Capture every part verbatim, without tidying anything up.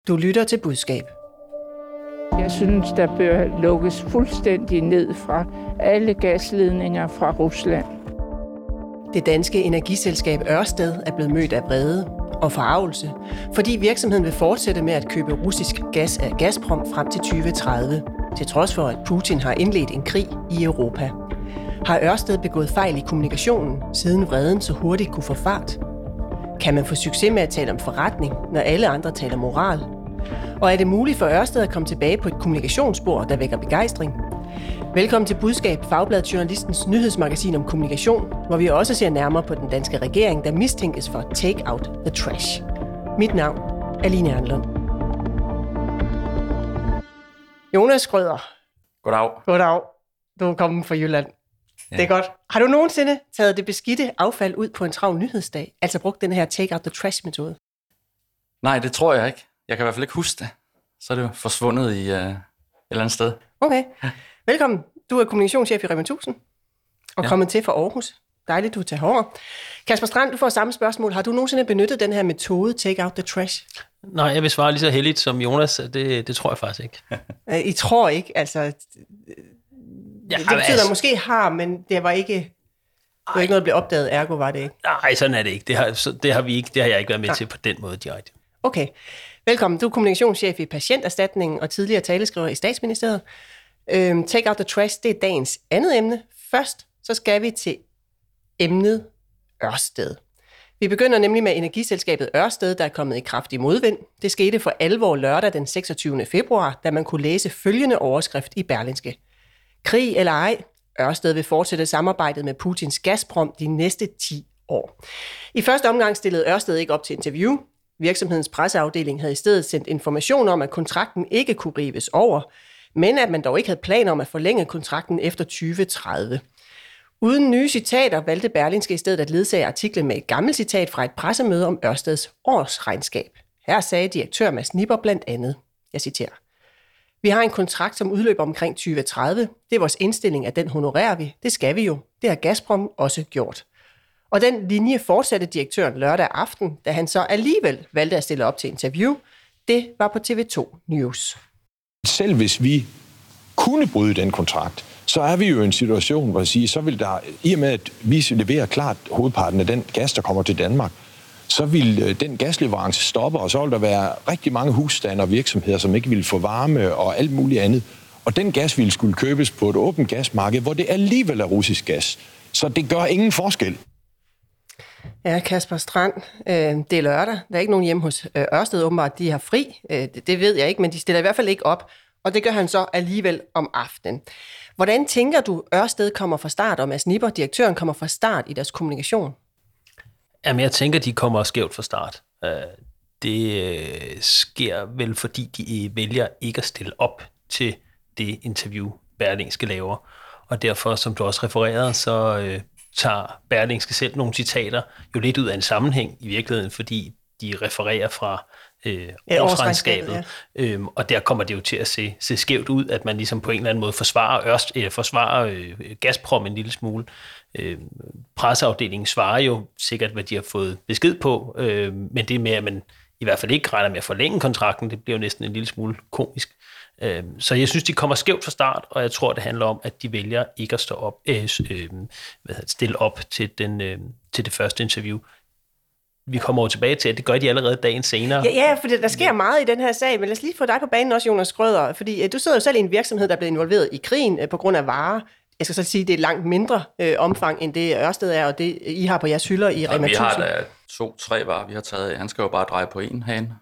Du lytter til Budskab. Jeg synes, der bør lukkes fuldstændig ned fra alle gasledninger fra Rusland. Det danske energiselskab Ørsted er blevet mødt af vrede og forargelse, fordi virksomheden vil fortsætte med at købe russisk gas af Gazprom frem til tyve tredive, til trods for, at Putin har indledt en krig i Europa. Har Ørsted begået fejl i kommunikationen, siden vreden så hurtigt kunne få fart? Kan man få succes med at tale om forretning, når alle andre taler moral? Og er det muligt for Ørsted at komme tilbage på et kommunikationsspor, der vækker begejstring? Velkommen til Budskab, Fagbladet Journalistens nyhedsmagasin om kommunikation, hvor vi også ser nærmere på den danske regering, der mistænkes for take out the trash. Mit navn er Line Ernlund. Jonas Schrøder. Goddag. Goddag. Du er kommet fra Jylland. Ja. Det er godt. Har du nogensinde taget det beskidte affald ud på en travl nyhedsdag? Altså brugt den her take out the trash metode? Nej, det tror jeg ikke. Jeg kan i hvert fald ikke huske det. Så er det jo forsvundet i uh, et eller andet sted. Okay. Ja. Velkommen. Du er kommunikationschef i Rema tusind og ja. kommet til fra Aarhus. Dejligt, du er til herovre. Kasper Strand, du får samme spørgsmål. Har du nogensinde benyttet den her metode, take out the trash? Nej, jeg vil svare lige så heldigt som Jonas. Det, det tror jeg faktisk ikke. I tror ikke, altså... Ja, det betyder, altså, måske har, men det var ikke... Det var ikke noget, der blev opdaget, ergo var det ikke. Nej, sådan er det ikke. Det har, det har vi ikke. Det har jeg ikke været med Nej. til på den måde direkte. Okay. Velkommen. Du er kommunikationschef i Patienterstatningen og tidligere taleskriver i Statsministeriet. Øhm, take out the trash, det er dagens andet emne. Først så skal vi til emnet Ørsted. Vi begynder nemlig med energiselskabet Ørsted, der er kommet i kraftig modvind. Det skete for alvor lørdag den seksogtyvende februar, da man kunne læse følgende overskrift i Berlingske. Krig eller ej, Ørsted vil fortsætte samarbejdet med Putins Gazprom de næste ti år. I første omgang stillede Ørsted ikke op til interview. Virksomhedens presseafdeling havde i stedet sendt information om, at kontrakten ikke kunne rives over, men at man dog ikke havde planer om at forlænge kontrakten efter tyve tredive. Uden nye citater valgte Berlingske i stedet at ledsage artiklen med et gammelt citat fra et pressemøde om Ørsteds årsregnskab. Her sagde direktør Mads Nipper blandt andet, jeg citerer: "Vi har en kontrakt, som udløber omkring tyve tredive. Det er vores indstilling, at den honorerer vi. Det skal vi jo. Det har Gazprom også gjort." Og den linje fortsatte direktøren lørdag aften, da han så alligevel valgte at stille op til interview. Det var på T V to News. Selv hvis vi kunne bryde den kontrakt, så er vi jo i en situation, hvor jeg siger, så vil der, i og med at vi leverer klart hovedparten af den gas, der kommer til Danmark, så vil den gasleverance stoppe, og så vil der være rigtig mange husstande og virksomheder, som ikke vil få varme og alt muligt andet. Og den gas ville skulle købes på et åbent gasmarked, hvor det alligevel er russisk gas. Så det gør ingen forskel. Ja, Kasper Strand, øh, det er lørdag. Der er ikke nogen hjemme hos øh, Ørsted, åbenbart. De har fri. Øh, det, det ved jeg ikke, men de stiller i hvert fald ikke op. Og det gør han så alligevel om aftenen. Hvordan tænker du, Ørsted kommer fra start, og Mads Nipper, direktøren, kommer fra start i deres kommunikation? Jamen, jeg tænker, de kommer skævt fra start. Det sker vel, fordi de vælger ikke at stille op til det interview, Berlingske laver. Og derfor, som du også refererede, så øh, tager Berlingske selv nogle citater jo lidt ud af en sammenhæng i virkeligheden, fordi de refererer fra øh, ja, årsregnskabet, ja. øhm, og der kommer det jo til at se, se skævt ud, at man ligesom på en eller anden måde forsvarer, Ørst, øh, forsvarer øh, Gazprom en lille smule. Øh, presseafdelingen svarer jo sikkert, hvad de har fået besked på, øh, men det med, at man i hvert fald ikke regner med at forlænge kontrakten, det bliver jo næsten en lille smule komisk. Øh, så jeg synes, de kommer skævt fra start, og jeg tror, det handler om, at de vælger ikke at stå op, øh, øh, hvad hedder, stille op til, den, øh, til det første interview. Vi kommer over tilbage til, at det gør de allerede dagen senere. Ja, ja, for der sker meget i den her sag, men lad os lige få dig på banen også, Jonas Schrøder, fordi du sidder jo selv i en virksomhed, der er blevet involveret i krigen på grund af varer. Jeg skal så sige, at det er et langt mindre øh, omfang, end det Ørsted er, og det I har på jeres hylder i Rema tusind. Vi har da to, tre varer, vi har taget. Han skal jo bare dreje på en hane.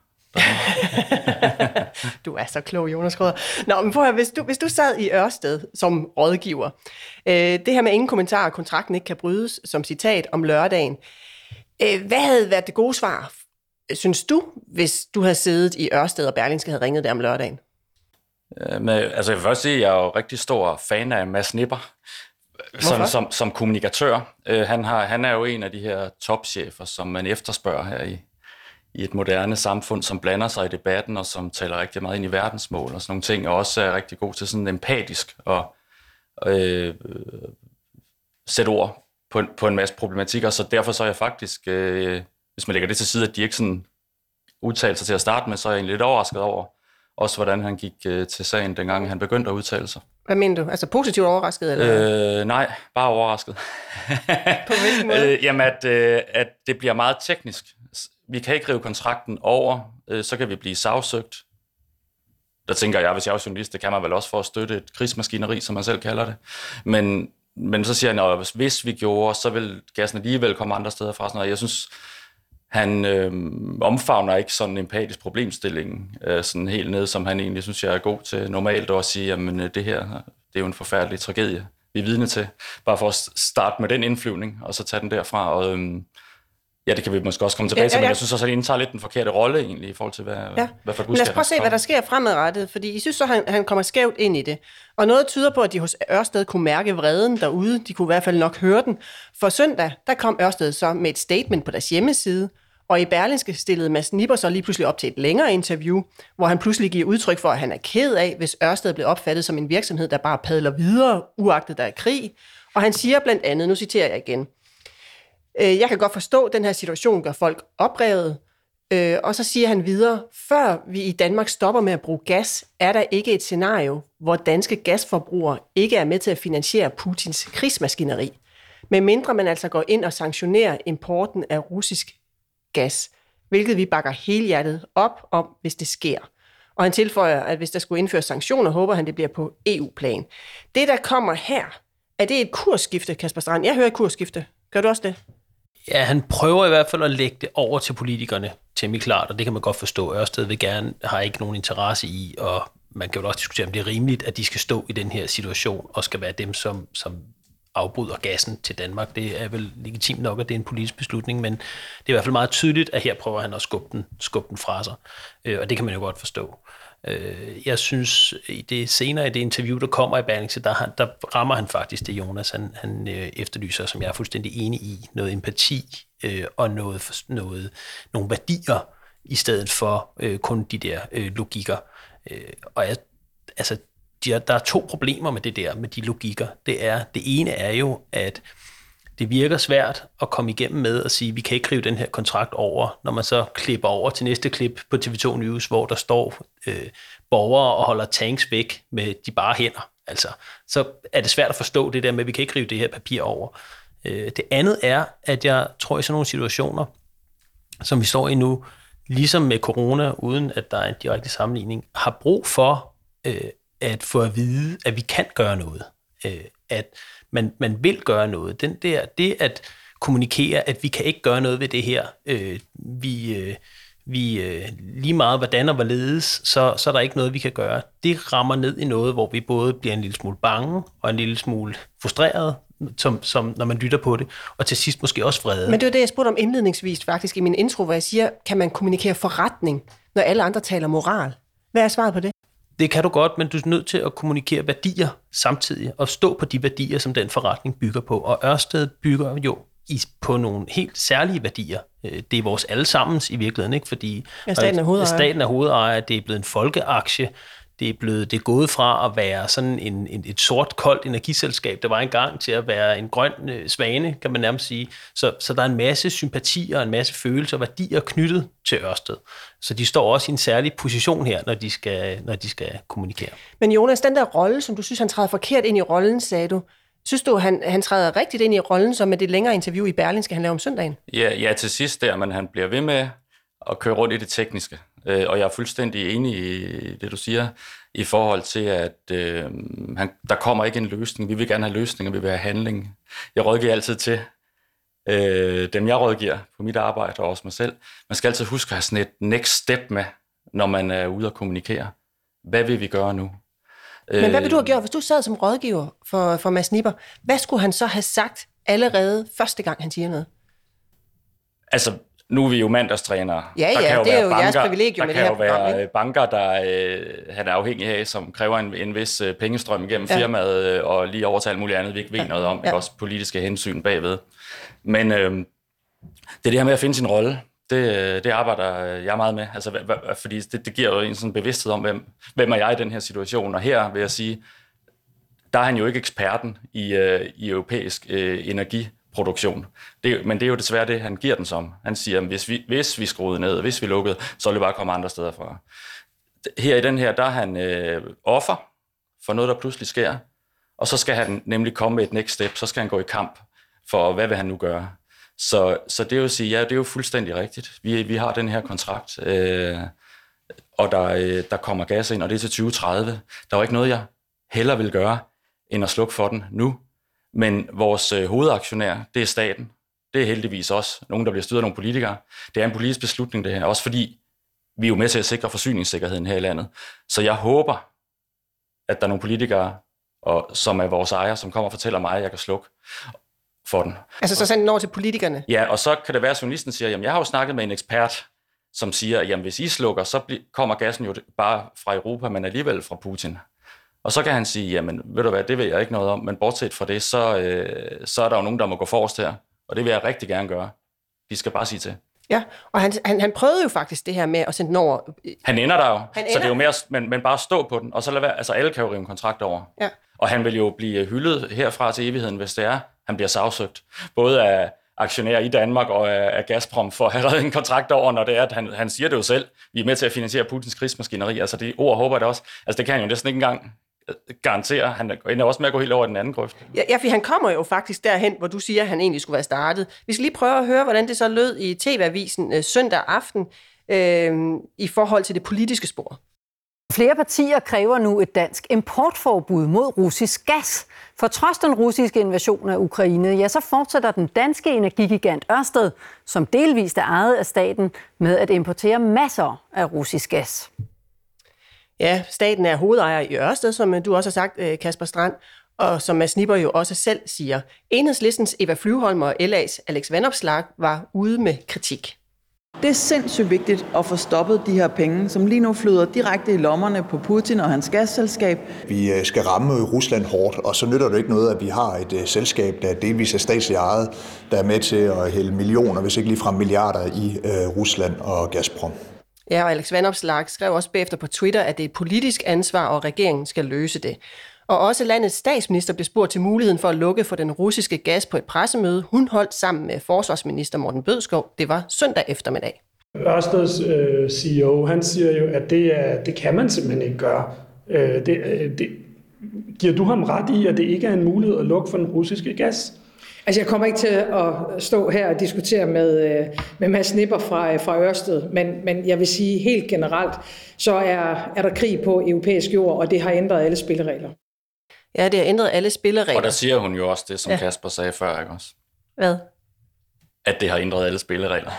Du er så klog, Jonas Schrøder. Nå, men prøv at høre, hvis du, hvis du sad i Ørsted som rådgiver, øh, det her med ingen kommentarer, kontrakten ikke kan brydes, som citat om lørdagen, øh, hvad havde været det gode svar, synes du, hvis du havde siddet i Ørsted, og Berlingske havde ringet der om lørdagen? Men, altså jeg vil først sige, at jeg er jo rigtig stor fan af Mads Nipper som, som, som kommunikatør. Uh, han, har, han er jo en af de her topchefer, som man efterspørger her i, i et moderne samfund, som blander sig i debatten og som taler rigtig meget ind i verdensmål og sådan nogle ting, og også er rigtig god til sådan empatisk at øh, sætte ord på, på en masse problematikker. Så derfor så er jeg faktisk, øh, hvis man lægger det til side, at de ikke sådan udtale sig til at starte med, så er jeg egentlig lidt overrasket over, også hvordan han gik øh, til sagen, dengang han begyndte at udtale sig. Hvad mener du? Altså positivt overrasket? Eller? Øh, nej, bare overrasket. På hvilken måde? øh, jamen, at, øh, at det bliver meget teknisk. Vi kan ikke rive kontrakten over, øh, så kan vi blive sagsøgt. Der tænker jeg, hvis jeg er journalist, det kan man vel også for at støtte et krigsmaskineri, som man selv kalder det. Men, men så siger han, at hvis vi gjorde, så vil gassen alligevel komme andre steder fra. Sådan noget. Jeg synes, han øh, omfavner ikke sådan en empatisk problemstilling, øh, sådan helt ned, som han egentlig synes, jeg er god til normalt at sige, at det her, det er jo en forfærdelig tragedie, vi er vidne til. Bare for at starte med den indflyvning, og så tage den derfra. Og, øh, ja, det kan vi måske også komme tilbage ja, til, ja, ja. Men jeg synes også, at han indtager lidt den forkerte rolle egentlig, i forhold til, hvad, ja. hvad for et budskab. Men lad os prøve at se, hvad der sker fremadrettet, fordi I synes så, han, han kommer skævt ind i det. Og noget tyder på, at de hos Ørsted kunne mærke vreden derude. De kunne i hvert fald nok høre den. For søndag, der kom Ørsted så med et statement på deres hjemmeside, og i Berlingske stillede Mads Nipper så lige pludselig op til et længere interview, hvor han pludselig giver udtryk for, at han er ked af, hvis Ørsted blev opfattet som en virksomhed, der bare padler videre, uagtet der er krig. Og han siger blandt andet, nu citerer jeg igen, jeg kan godt forstå, at den her situation gør folk oprevet. Og så siger han videre, før vi i Danmark stopper med at bruge gas, er der ikke et scenario, hvor danske gasforbrugere ikke er med til at finansiere Putins krigsmaskineri. Med mindre man altså går ind og sanktionerer importen af russisk gas, hvilket vi bakker helhjertet op om, hvis det sker. Og han tilføjer, at hvis der skulle indføres sanktioner, håber han, det bliver på E U-plan. Det, der kommer her, er det et kursskifte, Kasper Strand? Jeg hører et kursskifte. Gør du også det? Ja, han prøver i hvert fald at lægge det over til politikerne temmelig klart, og det kan man godt forstå. Ørsted vil gerne, har ikke nogen interesse i, og man kan jo også diskutere, om det er rimeligt, at de skal stå i den her situation, og skal være dem, som, som afbryder gassen til Danmark. Det er vel legitimt nok, at det er en politisk beslutning, men det er i hvert fald meget tydeligt, at her prøver han at skubbe den, skubbe den fra sig, og det kan man jo godt forstå. Jeg synes, i det senere i det interview, der kommer i Berlingske, der, der rammer han faktisk det, Jonas han, han efterlyser, som jeg er fuldstændig enig i. Noget empati øh, og noget, noget, nogle værdier, i stedet for øh, kun de der øh, logikker. Øh, og jeg, altså, de, der er to problemer med det der, med de logikker. Det, er, det ene er jo, at det virker svært at komme igennem med at sige, at vi kan ikke rive den her kontrakt over, når man så klipper over til næste klip på T V to News, hvor der står øh, borgere og holder tanks væk med de bare hænder. Altså, så er det svært at forstå det der med, at vi kan ikke rive det her papir over. Øh, det andet er, at jeg tror i sådan nogle situationer, som vi står i nu, ligesom med corona, uden at der er en direkte sammenligning, har brug for øh, at få at vide, at vi kan gøre noget. Øh, at man, man vil gøre noget. Den der, det at kommunikere, at vi kan ikke gøre noget ved det her, øh, vi, øh, vi øh, lige meget hvordan og hvorledes, så, så er der ikke noget, vi kan gøre. Det rammer ned i noget, hvor vi både bliver en lille smule bange og en lille smule frustreret, som, som når man lytter på det, og til sidst måske også vrede. Men det var det, jeg spurgte om indledningsvis faktisk i min intro, hvor jeg siger, kan man kommunikere forretning, når alle andre taler moral? Hvad er svaret på det? Det kan du godt, men du er nødt til at kommunikere værdier samtidig, og stå på de værdier, som den forretning bygger på. Og Ørsted bygger jo i, på nogle helt særlige værdier. Det er vores allesammens i virkeligheden, ikke? Fordi ja, staten er hovedejer. Staten er hovedejer, det er blevet en folkeaktie, det er, blevet, det er gået fra at være sådan en, en, et sort, koldt energiselskab, der var engang, til at være en grøn øh, svane, kan man nærmest sige. Så, så der er en masse sympatier, en masse følelser og værdier knyttet til Ørsted. Så de står også i en særlig position her, når de skal, når de skal kommunikere. Men Jonas, den der rolle, som du synes, han træder forkert ind i rollen, sagde du, synes du, han, han træder rigtigt ind i rollen, som med det længere interview i Berlingske, han laver om søndagen? Ja, ja, til sidst der, men han bliver ved med at køre rundt i det tekniske. Og jeg er fuldstændig enig i det, du siger, i forhold til, at øh, han, der kommer ikke en løsning. Vi vil gerne have løsninger, vi vil have handling. Jeg rådgiver altid til øh, dem, jeg rådgiver på mit arbejde, og også mig selv. Man skal altid huske at have sådan et next step med, når man er ude og kommunikere. Hvad vil vi gøre nu? Men hvad vil du have gjort, hvis du sad som rådgiver for, for Mads Nipper? Hvad skulle han så have sagt allerede første gang, han siger noget? Altså, nu er vi jo mandagstrænere. Ja, ja, jo det er jo banker, jeres privilegium med det her program. Der kan jo være banker, der øh, han er afhængig af, som kræver en, en vis øh, pengestrøm igennem ja. firmaet, øh, og lige over til alt muligt andet, vi ikke ved ja. noget om. Ja. Også politiske hensyn bagved. Men øh, det er det her med at finde sin rolle. Det, det arbejder jeg meget med. Altså, fordi det, det giver jo en sådan bevidsthed om, hvem, hvem er jeg i den her situation. Og her vil jeg sige, der er han jo ikke eksperten i, øh, i europæisk øh, energi produktion. Det, men det er jo desværre det, han giver den som. Han siger, at hvis vi, hvis vi skruede ned, hvis vi lukkede, så ville det bare komme andre steder fra. Her i den her, der er han øh, offer for noget, der pludselig sker, og så skal han nemlig komme med et next step, så skal han gå i kamp for, hvad vil han nu gøre. Så, så det er jo at sige, ja, det er jo fuldstændig rigtigt. Vi, vi har den her kontrakt, øh, og der, øh, der kommer gas ind, og det er til tyve tredive. Der var ikke noget, jeg hellere vil gøre, end at slukke for den nu. Men vores øh, hovedaktionær, det er staten. Det er heldigvis også nogen, der bliver styret af nogle politikere. Det er en politisk beslutning, det her. Også fordi vi er jo med til at sikre forsyningssikkerheden her i landet. Så jeg håber, at der er nogle politikere, og, som er vores ejer, som kommer og fortæller mig, at jeg kan slukke for den. Altså så sender den over til politikerne? Ja, og så kan det være, at journalisten siger, jamen jeg har jo snakket med en ekspert, som siger, at jamen, hvis I slukker, så kommer gassen jo bare fra Europa, men alligevel fra Putin. Og så kan han sige, jamen ved du hvad, det ved jeg ikke noget om, men bortset fra det, så, øh, så er der jo nogen, der må gå forrest her. Og det vil jeg rigtig gerne gøre. De skal bare sige til. Ja, og han, han, han prøvede jo faktisk det her med at sende den over. Han ender der jo, han så ender. det er jo mere, men, men bare stå på den, og så lad være, altså alle kan jo rive en kontrakt over. Ja. Og han vil jo blive hyldet herfra til evigheden, hvis det er, han bliver sagsøgt. Både af aktionærer i Danmark og af, af Gazprom for at have reddet en kontrakt over, når det er, at han, han siger det jo selv. Vi er med til at finansiere Putins krigsmaskineri, altså det ord håber jeg det også. Altså det kan han jo næsten ikke engang garantere. Han ender også med at gå helt over i den anden grøft. Ja, ja, for han kommer jo faktisk derhen, hvor du siger, at han egentlig skulle være startet. Vi skal lige prøve at høre, hvordan det så lød i T V-avisen øh, søndag aften øh, i forhold til det politiske spor. Flere partier kræver nu et dansk importforbud mod russisk gas. For trods den russiske invasion af Ukraine, ja, så fortsætter den danske energigigant Ørsted, som delvist er ejet af staten, med at importere masser af russisk gas. Ja, staten er hovedejer i Ørsted, som du også har sagt, Kasper Strand, og som Mads Nipper jo også selv siger. Enhedslistens Eva Flyvholm og L A's Alex Vanopslagh var ude med kritik. Det er sindssygt vigtigt at få stoppet de her penge, som lige nu flyder direkte i lommerne på Putin og hans gasselskab. Vi skal ramme Rusland hårdt, og så nytter det ikke noget, at vi har et uh, selskab, der delvis er statsligt ejet, der er med til at hælde millioner, hvis ikke ligefrem milliarder i uh, Rusland og Gazprom. Ja, og Alex Vanopslagh skrev også bagefter på Twitter, at det er et politisk ansvar, og regeringen skal løse det. Og også landets statsminister blev spurgt til muligheden for at lukke for den russiske gas på et pressemøde, hun holdt sammen med forsvarsminister Morten Bødskov. Det var søndag eftermiddag. Ørsteds øh, C E O, han siger jo, at det, er, det kan man simpelthen ikke gøre. Øh, det, det, giver du ham ret i, at det ikke er en mulighed at lukke for den russiske gas? Altså, jeg kommer ikke til at stå her og diskutere med, med Mads Nipper fra, fra Ørsted, men, men jeg vil sige helt generelt, så er, er der krig på europæisk jord, og det har ændret alle spilleregler. Ja, det har ændret alle spilleregler. Og der siger hun jo også det, som ja. Kasper sagde før, ikke også? Hvad? At det har ændret alle spilleregler.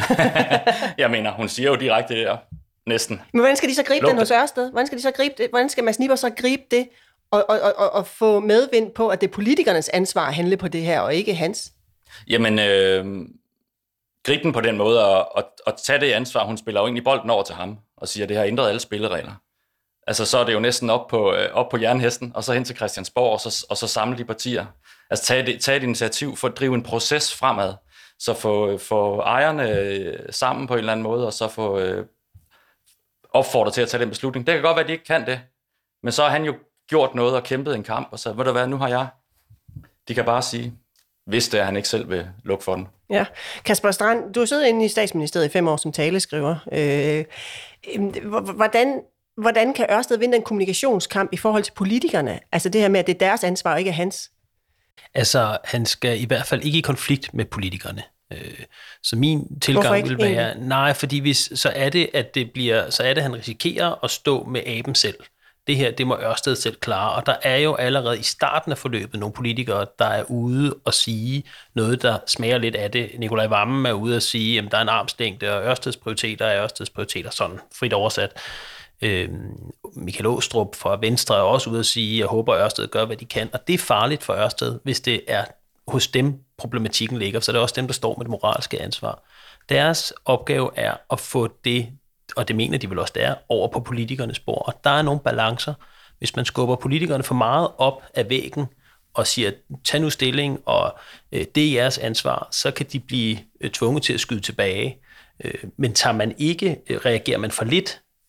Jeg mener, hun siger jo direkte det der, næsten. Men hvordan skal de så gribe Luk den hos Ørsted? Hvordan skal de så gribe det? Hvordan skal Mads Nipper så gribe det? Og, og, og, og få medvind på, at det er politikernes ansvar at handle på det her, og ikke hans? Jamen, øh, grib den på den måde, og, og, og tage det ansvar. Hun spiller jo egentlig bolden over til ham, og siger, at det har ændret alle spilleregler. Altså, så er det jo næsten op på, øh, op på jernhesten, og så hen til Christiansborg, og så, og så samle de partier. Altså, tage, det, tage et initiativ for at drive en proces fremad, så få, få ejerne sammen på en eller anden måde, og så få øh, opfordret til at tage den beslutning. Det kan godt være, at de ikke kan det, men så har han jo gjort noget og kæmpet en kamp, og så, ved du hvad, nu har jeg. De kan bare sige, hvis det er, han ikke selv vil lukke for den. Ja. Kasper Strand, du har siddet inde i Statsministeriet i fem år som taleskriver. Øh, hvordan, hvordan kan Ørsted vinde en kommunikationskamp i forhold til politikerne? Altså det her med, at det er deres ansvar, og ikke hans? Altså, han skal i hvert fald ikke i konflikt med politikerne. Så min tilgang vil være, egentlig? nej, fordi hvis, så er det, at det bliver, så er det, han risikerer at stå med aben selv. Det her, det må Ørsted selv klare, og der er jo allerede i starten af forløbet nogle politikere, der er ude og sige noget, der smager lidt af det. Nikolaj Wammen er ude og sige, at der er en armslængde, og Ørsteds prioriteter er Ørsteds prioriteter, sådan frit oversat. Øhm, Michael Aastrup fra Venstre er også ude at sige, at jeg håber, at Ørsted gør, hvad de kan, og det er farligt for Ørsted, hvis det er hos dem, problematikken ligger, så det er også dem, der står med det moralske ansvar. Deres opgave er at få det, og det mener de vel også, det er, over på politikernes bord. Og der er nogle balancer. Hvis man skubber politikerne for meget op af væggen og siger, tag nu stilling, og øh, det er jeres ansvar, så kan de blive øh, tvunget til at skyde tilbage. Øh, men tager man ikke, øh, reagerer man for lidt,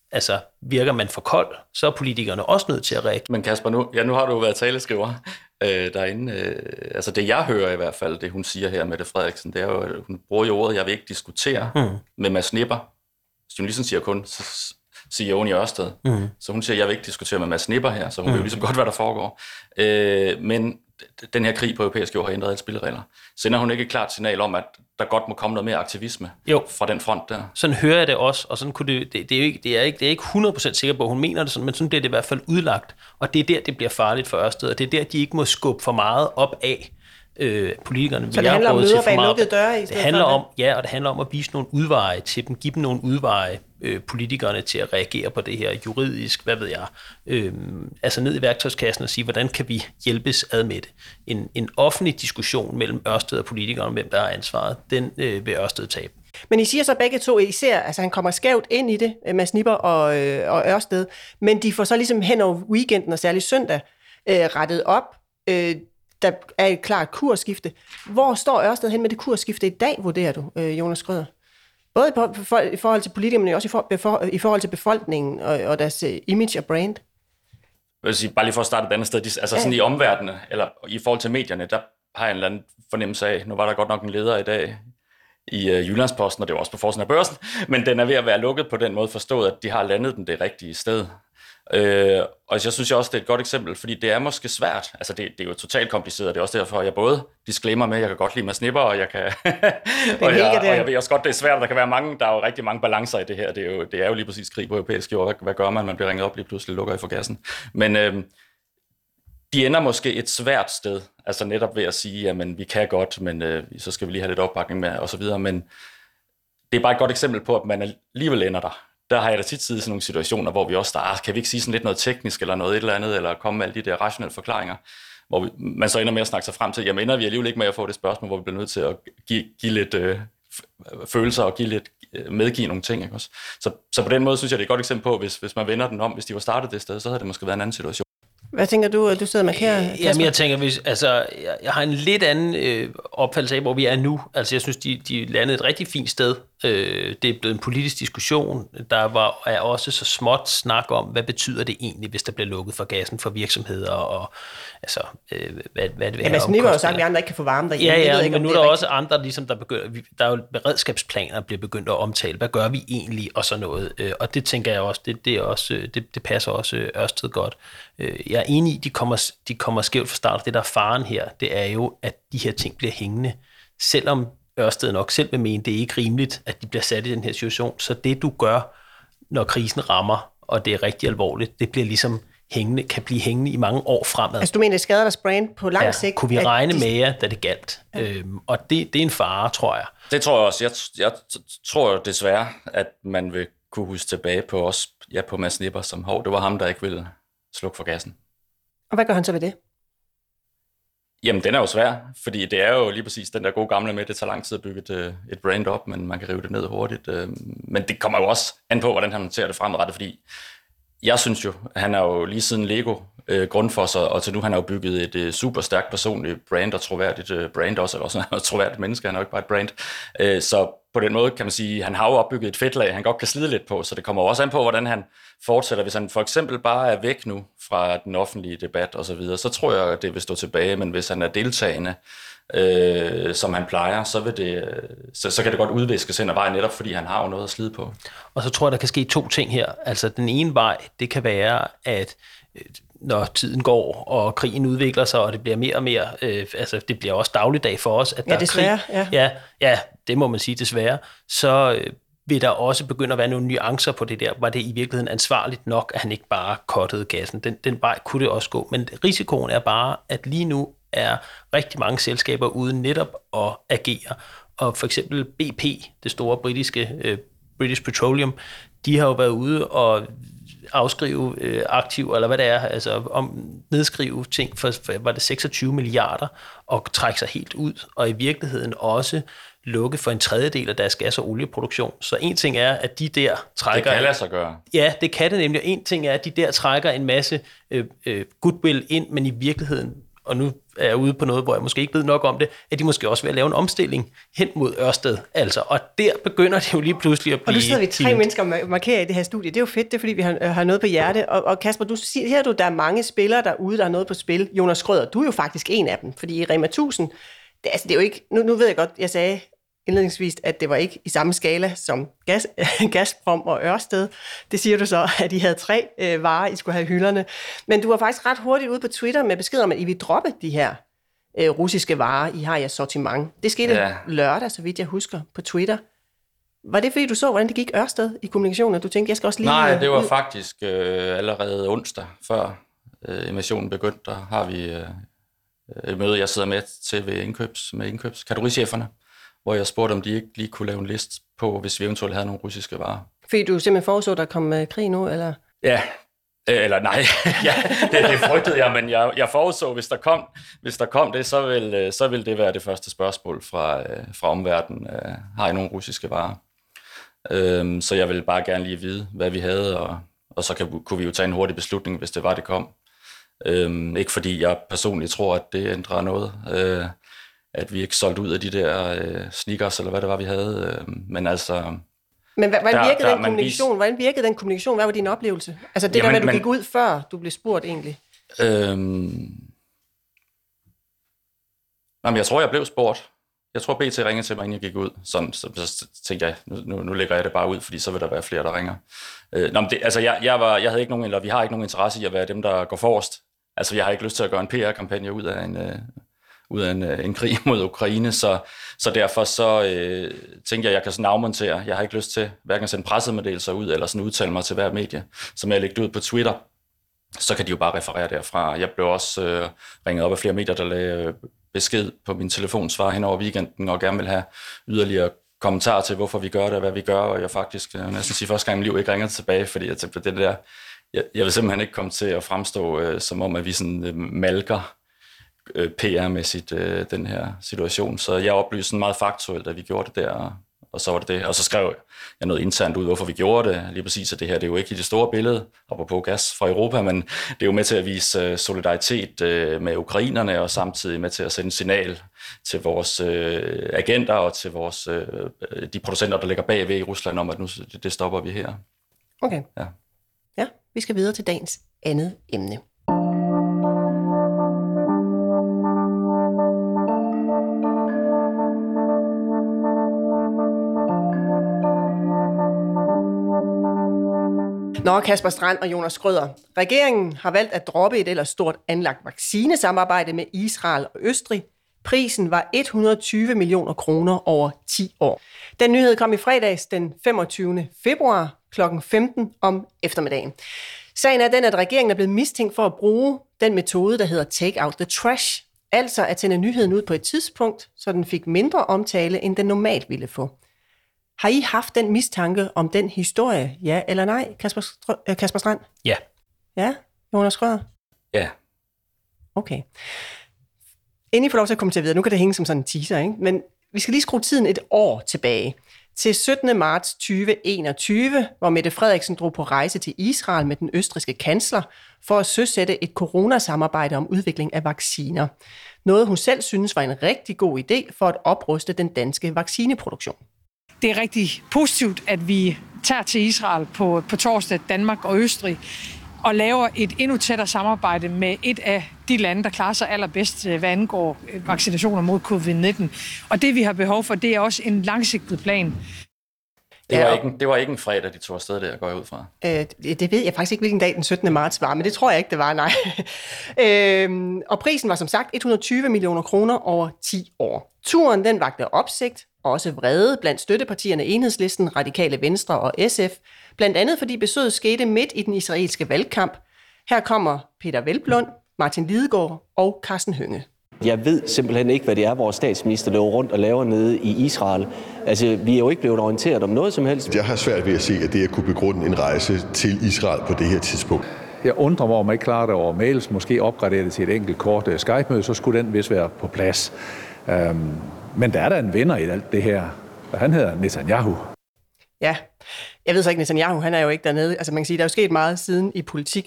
Altså, virker man for kold, så er politikerne også nødt til at reagere. Men Kasper, nu, ja, nu har du jo været taleskriver øh, derinde. Øh, altså det, jeg hører i hvert fald, det hun siger her, Mette Frederiksen, det er jo, at hun bruger jo ordet, jeg vil ikke diskutere hmm. med Mads Nipper. Journalisten siger kun C E O'en i Ørsted. Hmm. Så hun siger, jeg vil ikke diskutere med Mads Nipper her, så hun hmm. ved jo ligesom godt, hvad der foregår. Øh, men den her krig på europæisk jord har ændret alle spilleregler. Sender hun ikke et klart signal om, at der godt må komme noget mere aktivisme jo. Fra den front der? Sådan hører jeg det også, og sådan kunne det, det, det, er jo ikke, det, er ikke, det er ikke hundrede procent sikker på, at hun mener det sådan, men sådan bliver det i hvert fald udlagt, og det er der, det bliver farligt for Ørsted, og det er der, de ikke må skubbe for meget op af øh, politikerne. Så det handler om møder bag lukkede døre i stedet det handler om, ja, og det handler om at vise nogle udveje til dem, give dem nogle udveje, øh, politikerne til at reagere på det her juridisk, hvad ved jeg, øh, altså ned i værktøjskassen og sige, hvordan kan vi hjælpes ad med det. En, en offentlig diskussion mellem Ørsted og politikerne, hvem der har ansvaret, den øh, vil Ørsted tabe. Men I siger så begge to, I ser, altså han kommer skævt ind i det, Mads Nipper og, øh, og Ørsted, men de får så ligesom hen over weekenden og særligt søndag øh, rettet op. Øh, der er et klart kursskifte. Hvor står Ørsted hen med det kursskifte i dag, vurderer du, øh, Jonas Schrøder? Både på, for, i forhold til politikerne, men også i, for, for, i forhold til befolkningen og, og deres uh, image og brand. Jeg vil sige, bare lige for at starte et andet sted, altså ja. Sådan i omverdenen, eller i forhold til medierne, der har jeg en eller anden fornemmelse af, nu var der godt nok en leder i dag i uh, Jyllandsposten, og det var også på forsiden af Børsen, men den er ved at være lukket på den måde forstået, at de har landet den det rigtige sted. Øh, og jeg synes også, det er et godt eksempel, fordi det er måske svært. Altså, det, det er jo totalt kompliceret. Det er også derfor, jeg både disclaimer med, jeg kan godt lide Mads Nipper, og jeg kan... og, jeg, og jeg ved også godt, det er svært. Der kan være mange, der er jo rigtig mange balancer i det her. Det er jo, det er jo lige præcis krig på europæisk jord. Hvad, hvad gør man? Man bliver ringet op lige pludselig, lukker i for gassen. Men øh, de ender måske et svært sted. Altså netop ved at sige, jamen vi kan godt, men øh, så skal vi lige have lidt opbakning med, og så videre. Men det er bare et godt eksempel på, at man alligevel ender der. Der har jeg da tit siddet i sådan nogle situationer, hvor vi også starter, kan vi ikke sige sådan lidt noget teknisk eller noget et eller andet, eller komme med alle de der rationelle forklaringer, hvor vi, man så ender med at snakke sig frem til, jamen ender vi alligevel ikke med at få det spørgsmål, hvor vi bliver nødt til at give, give lidt øh, følelser og give lidt, øh, medgive nogle ting. Ikke også? Så, så på den måde synes jeg, det er et godt eksempel på, hvis, hvis man vender den om, hvis de var startet det sted, så havde det måske været en anden situation. Hvad tænker du, du sidder med her? Jamen jeg tænker, hvis, altså, jeg, jeg har en lidt anden øh, opfattelse af, hvor vi er nu. Altså jeg synes, de, de landede et rigtig fint sted. Øh, det er blevet en politisk diskussion. Der var, er også så småt snak om, hvad betyder det egentlig, hvis der bliver lukket for gassen for virksomheder, og altså, øh, hvad, hvad det vil ja, have. Ja, men har jo sagt, at vi andre ikke kan få varme derhjemme. Ja, ja, ikke, men nu er der også andre, ligesom der begynder, der er jo beredskabsplaner, bliver begyndt at omtale. Hvad gør vi egentlig, og sådan noget. Øh, og det tænker jeg også, det, det, er også, det, det passer også Ørsted godt. Øh, jeg er enig i, de kommer, de kommer skævt fra start. Det, der er faren her, det er jo, at de her ting bliver hængende. Selvom Ørsted nok selv vil mene, det er ikke rimeligt, at de bliver sat i den her situation. Så det, du gør, når krisen rammer, og det er rigtig alvorligt, det bliver ligesom hængende, kan blive hængende i mange år fremad. Altså du mener, det skader deres brand på lang ja, sigt? Kunne vi regne de... med jer, da det galt? Ja. Øhm, og det, det er en fare, tror jeg. Det tror jeg også. Jeg, jeg tror desværre, at man vil kunne huske tilbage på os, ja, på Mads Nipper, som hov, det var ham, der ikke ville slukke for gassen. Og hvad gør han så ved det? Jamen, den er jo svær, fordi det er jo lige præcis den der gode gamle med, det tager lang tid at bygge et, et brand op, men man kan rive det ned hurtigt. Men det kommer jo også an på, hvordan han håndterer det fremadrettet, fordi jeg synes jo, han er jo lige siden Lego øh, Grundfos, og til nu han har jo bygget et øh, super stærkt personligt brand og troværdigt øh, brand også, eller også et troværdigt menneske, han er jo ikke bare et brand. Øh, så på den måde kan man sige, han har jo opbygget et fedtlag, han godt kan slide lidt på, så det kommer også an på, hvordan han fortsætter. Hvis han for eksempel bare er væk nu fra den offentlige debat og så videre, så tror jeg, at det vil stå tilbage, men hvis han er deltagende, øh, som han plejer, så, vil det, så, så kan det godt udviskes hen ad vejen, netop fordi han har jo noget at slide på. Og så tror jeg, der kan ske to ting her. Altså den ene vej, det kan være, at når tiden går, og krigen udvikler sig, og det bliver mere og mere, øh, altså det bliver også dagligdag for os, at ja, der desværre, er krig. Ja. Ja, ja, det må man sige desværre. Så øh, vil der også begynde at være nogle nuancer på det der. Var det i virkeligheden ansvarligt nok, at han ikke bare cuttede gassen? Den, den vej kunne det også gå. Men risikoen er bare, at lige nu er rigtig mange selskaber uden netop at agere. Og for eksempel B P, det store britiske øh, British Petroleum, de har jo været ude og afskrive øh, aktiv, eller hvad det er, altså om nedskrive ting for, for var det seksogtyve milliarder, og trække sig helt ud, og i virkeligheden også lukke for en tredjedel af deres gas- og olieproduktion. Så en ting er, at de der trækker... Det kan lade sig gøre. Ja, det kan det nemlig. En ting er, at de der trækker en masse øh, øh, goodwill ind, men i virkeligheden og nu er jeg ude på noget, hvor jeg måske ikke ved nok om det, at de måske også vil lave en omstilling hen mod Ørsted. Altså, og der begynder det jo lige pludselig at blive... Og nu sidder vi tre fint. mennesker og markerer i det her studie. Det er jo fedt, det er fordi, vi har, har noget på hjerte. Og, og Kasper, du siger her, du, der er mange spillere derude, der er noget på spil. Jonas Schrøder, du er jo faktisk en af dem, fordi i Rema tusind, det, altså, det er jo ikke... Nu, nu ved jeg godt, jeg sagde indledningsvis, at det var ikke i samme skala som gas, Gazprom og Ørsted. Det siger du så, at I havde tre øh, varer, I skulle have i hylderne. Men du var faktisk ret hurtigt ude på Twitter med besked om, at I vil droppe de her øh, russiske varer, I har i jeres sortiment. Det skete ja. lørdag, så vidt jeg husker, på Twitter. Var det fordi, du så, hvordan det gik Ørsted i kommunikationen, og du tænkte, jeg skal også lige... Nej, det var ud? faktisk øh, allerede onsdag, før øh, emissionen begyndte. Der har vi øh, et møde, jeg sidder med til ved indkøbs, med indkøbskategoricheferne, hvor jeg spurgte, om de ikke lige kunne lave en liste på, hvis vi eventuelt havde nogle russiske varer. Fordi du simpelthen foreså, der kom uh, krig nu, eller? Ja, eller nej, ja, det, det frygtede jeg, men jeg, jeg foreså, hvis der kom, hvis der kom det, så vil, så vil det være det første spørgsmål fra, fra omverdenen. Har I nogle russiske varer? Øhm, så jeg ville bare gerne lige vide, hvad vi havde, og, og så kan, kunne vi jo tage en hurtig beslutning, hvis det var, det kom. Øhm, ikke fordi jeg personligt tror, at det ændrer noget. Øh, at vi ikke solgte ud af de der øh, sneakers, eller hvad det var, vi havde. Øh, men altså... Men hvordan der, virkede der, den kommunikation? Vis... Hvordan virkede den kommunikation? Hvad var din oplevelse? Altså det Jamen, der med, at du men... gik ud før, du blev spurgt egentlig. Øhm... Jamen, jeg tror, jeg blev spurgt. Jeg tror, B T ringede til mig, inden jeg gik ud. Sådan, så, så tænkte jeg, nu, nu lægger jeg det bare ud, fordi så vil der være flere, der ringer. Øh, nå, men det, altså, jeg, jeg, var, jeg havde ikke nogen, eller vi har ikke nogen interesse i at være dem, der går forrest. Altså, jeg har ikke lyst til at gøre en P R-kampagne ud af en... Øh... ud af en, en krig mod Ukraine, så, så derfor så øh, tænker jeg, at jeg kan sådan afmontere. Jeg har ikke lyst til hverken at sende pressemeddelelser ud, eller sådan udtale mig til hver medie, som jeg lægger ud på Twitter. Så kan de jo bare referere derfra. Jeg blev også øh, ringet op af flere medier, der lagde øh, besked på min telefonsvar hen over weekenden, og gerne vil have yderligere kommentarer til, hvorfor vi gør det, og hvad vi gør, og jeg faktisk øh, næsten sige første gang i mit liv ikke ringer tilbage, fordi jeg tænkte, det der, jeg, jeg vil simpelthen ikke komme til at fremstå øh, som om, at vi sådan øh, malker P R-mæssigt øh, den her situation. Så jeg oplyste sådan meget faktuelt, at vi gjorde det der, og så var det det. Og så skrev jeg noget internt ud, hvorfor vi gjorde det. Lige præcis, at det her det er jo ikke i det store billede, apropos gas fra Europa, men det er jo med til at vise solidaritet øh, med ukrainerne, og samtidig med til at sende signal til vores øh, agenter og til vores, øh, de producenter, der ligger bagved i Rusland, om at nu det stopper vi her. Okay. Ja. Ja, vi skal videre til dagens andet emne. Nå, Kasper Strand og Jonas Schrøder. Regeringen har valgt at droppe et ellers stort anlagt vaccinesamarbejde med Israel og Østrig. Prisen var et hundrede og tyve millioner kroner over ti år. Den nyhed kom i fredags den femogtyvende februar klokken femten om eftermiddagen. Sagen er den, at regeringen er blevet mistænkt for at bruge den metode, der hedder take out the trash. Altså at sende nyheden ud på et tidspunkt, så den fik mindre omtale, end den normalt ville få. Har I haft den mistanke om den historie, ja eller nej, Kasper, Str- Kasper Strand? Ja. Ja, Jonas Schrøder? Ja. Okay. Inden I får lov til at komme til videre, nu kan det hænge som sådan en teaser, ikke? Men vi skal lige skrue tiden et år tilbage. Til syttende marts tyve enogtyve, hvor Mette Frederiksen drog på rejse til Israel med den østrigske kansler for at søsætte et coronasamarbejde om udvikling af vacciner. Noget hun selv synes var en rigtig god idé for at opruste den danske vaccineproduktion. Det er rigtig positivt, at vi tager til Israel på, på torsdag, Danmark og Østrig, og laver et endnu tættere samarbejde med et af de lande, der klarer sig allerbedst, hvad angår vaccinationer mod covid nitten. Og det, vi har behov for, det er også en langsigtet plan. Det var, ikke, det var ikke en fredag, de tog afsted der, går jeg ud fra. Øh, det ved jeg faktisk ikke, hvilken dag den syttende marts var, men det tror jeg ikke, det var, nej. øh, og prisen var som sagt et hundrede og tyve millioner kroner over ti år. Turen den vagte opsigt, og også vrede blandt støttepartierne Enhedslisten, Radikale Venstre og S F, blandt andet fordi besøget skete midt i den israelske valgkamp. Her kommer Peter Velblund, Martin Lidegaard og Karsten Hønge. Jeg ved simpelthen ikke, hvad det er, vores statsminister løber rundt og laver nede i Israel. Altså, vi er jo ikke blevet orienteret om noget som helst. Jeg har svært ved at se, at det at kunne begrunde en rejse til Israel på det her tidspunkt. Jeg undrer mig, om man ikke klarer det over mails, måske opgradere det til et enkelt kort Skype-møde, så skulle den vist være på plads. Um, men der er der en vinder i alt det her, og han hedder Netanyahu. Ja, jeg ved så ikke, Netanyahu, han er jo ikke dernede. Altså man kan sige, der er jo sket meget siden i politik.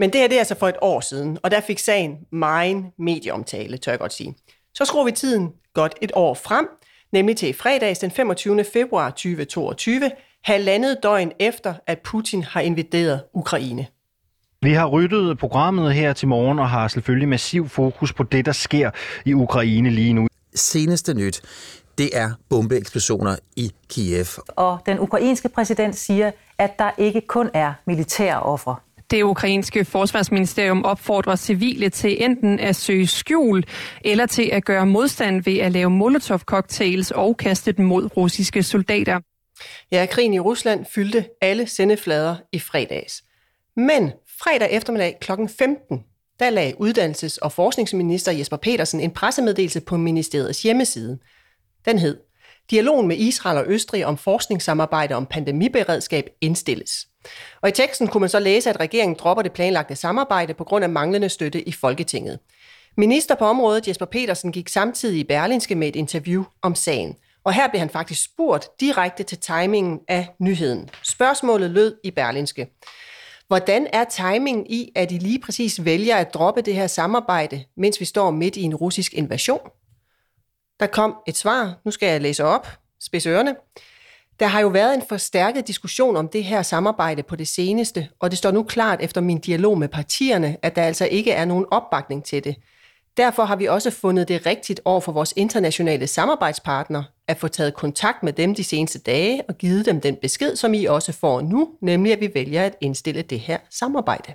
Men det her det er altså for et år siden, og der fik sagen megen medieomtale, tør jeg godt sige. Så skruer vi tiden godt et år frem, nemlig til fredags den femogtyvende februar tyve toogtyve, halvandet døgn efter, at Putin har invaderet Ukraine. Vi har ryddet programmet her til morgen og har selvfølgelig massiv fokus på det, der sker i Ukraine lige nu. Seneste nyt, det er bombeeksplosioner i Kiev. Og den ukrainske præsident siger, at der ikke kun er militære ofre. Det ukrainske forsvarsministerium opfordrer civile til enten at søge skjul eller til at gøre modstand ved at lave molotov-cocktails og kaste dem mod russiske soldater. Ja, krigen i Rusland fyldte alle sendeflader i fredags. Men fredag eftermiddag klokken femten, der lagde uddannelses- og forskningsminister Jesper Petersen en pressemeddelelse på ministeriets hjemmeside. Den hed: Dialogen med Israel og Østrig om forskningssamarbejde om pandemiberedskab indstilles. Og i teksten kunne man så læse, at regeringen dropper det planlagte samarbejde på grund af manglende støtte i Folketinget. Minister på området Jesper Petersen gik samtidig i Berlingske med et interview om sagen. Og her blev han faktisk spurgt direkte til timingen af nyheden. Spørgsmålet lød i Berlingske: Hvordan er timingen i, at I lige præcis vælger at droppe det her samarbejde, mens vi står midt i en russisk invasion? Der kom et svar. Nu skal jeg læse op. Spids ørerne. Der har jo været en forstærket diskussion om det her samarbejde på det seneste, og det står nu klart efter min dialog med partierne, at der altså ikke er nogen opbakning til det. Derfor har vi også fundet det rigtigt over for vores internationale samarbejdspartnere at få taget kontakt med dem de seneste dage og givet dem den besked, som I også får nu, nemlig at vi vælger at indstille det her samarbejde.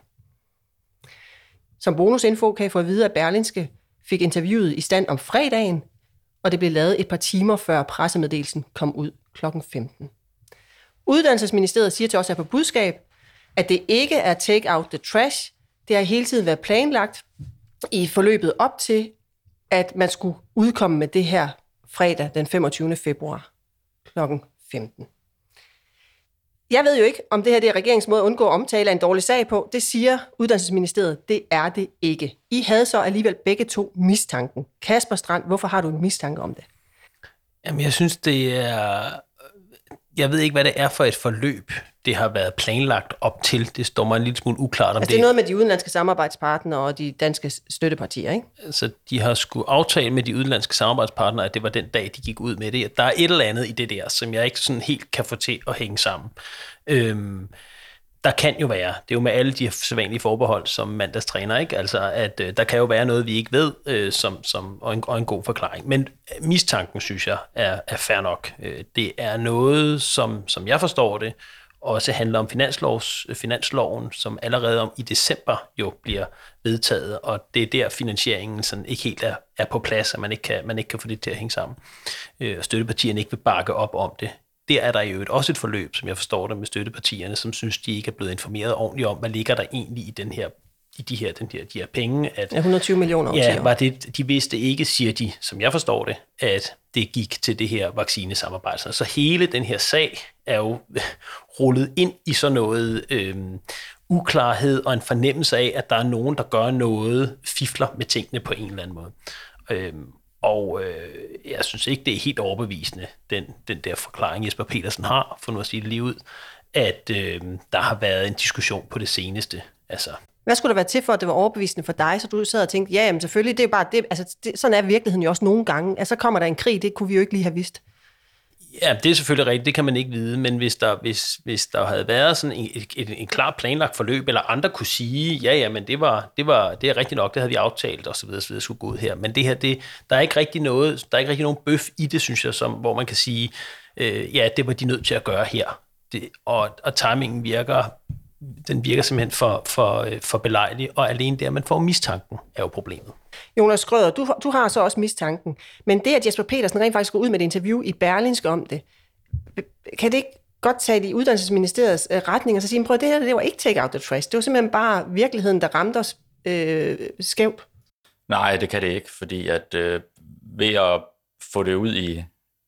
Som bonusinfo kan I få at vide, at Berlingske fik interviewet i stand om fredagen, og det blev lavet et par timer før pressemeddelelsen kom ud klokken femten. Uddannelsesministeriet siger til os her på budskab, at det ikke er take out the trash. Det har hele tiden været planlagt i forløbet op til, at man skulle udkomme med det her fredag den femogtyvende februar klokken femten. Jeg ved jo ikke, om det her det er regeringens måde at undgå omtale af en dårlig sag på. Det siger Uddannelsesministeriet. Det er det ikke. I havde så alligevel begge to mistanken. Kasper Strand, hvorfor har du en mistanke om det? Jamen, jeg synes, det er... Jeg ved ikke, hvad det er for et forløb, det har været planlagt op til. Det står mig en lille smule uklart om altså, det. Det er noget med de udenlandske samarbejdspartnere og de danske støttepartier, ikke? Altså, de har skulle aftale med de udenlandske samarbejdspartnere, at det var den dag, de gik ud med det. Der er et eller andet i det der, som jeg ikke sådan helt kan få til at hænge sammen. Øhm, der kan jo være, det er jo med alle de sædvanlige forbehold som mandagstræner, ikke? Altså, at øh, der kan jo være noget, vi ikke ved, øh, som, som, og, en, og en god forklaring. Men mistanken, synes jeg, er, er fair nok. Øh, det er noget, som, som jeg forstår det, også handler om finanslovs, finansloven, som allerede om i december jo bliver vedtaget, og det er der finansieringen sådan ikke helt er, er på plads, at man ikke, kan, man ikke kan få det til at hænge sammen. Øh, og støttepartierne ikke vil bakke op om det. Der er der jo et, også et forløb, som jeg forstår det, med støttepartierne, som synes, de ikke er blevet informeret ordentligt om, hvad ligger der egentlig i den her, i de her, den her, de her penge. At, ja, et hundrede og tyve millioner. Ja, var det, de vidste ikke, siger de, som jeg forstår det, at det gik til det her vaccinesamarbejde. Så hele den her sag er jo rullet ind i sådan noget øh, uklarhed og en fornemmelse af, at der er nogen, der gør noget, fifler med tingene på en eller anden måde. Øh, Og øh, jeg synes ikke, det er helt overbevisende, den, den der forklaring, Jesper Petersen har, for nu at sige det lige ud, at øh, der har været en diskussion på det seneste. Altså. Hvad skulle der være til for, at det var overbevisende for dig, så du sad og tænkte, ja, jamen selvfølgelig, det er bare det, altså det, sådan er virkeligheden jo også nogle gange. Altså så kommer der en krig, det kunne vi jo ikke lige have vidst. Ja, det er selvfølgelig rigtigt, det kan man ikke vide, men hvis der, hvis, hvis der havde været sådan en, et, et, en klar planlagt forløb, eller andre kunne sige, ja, ja, men det var, det var, det er rigtigt nok, det havde vi aftalt, og så videre, så videre, skulle gå ud her. Men det her, det, der er ikke rigtig noget, der er ikke rigtig nogen bøf i det, synes jeg, som, hvor man kan sige, øh, ja, det var de nødt til at gøre her. Det, og, og timingen virker, den virker simpelthen for, for, for belejlig, og alene der, man får mistanken, er jo problemet. Jonas Schrøder, du, du har så også mistanken, men det, at Jesper Petersen rent faktisk går ud med et interview i Berlingske om det, kan det ikke godt tage det i Uddannelsesministeriets retning og så sige, prøv, det her, det var ikke take out the trash, det var simpelthen bare virkeligheden, der ramte os øh, skævt? Nej, det kan det ikke, fordi at øh, ved at få det ud i,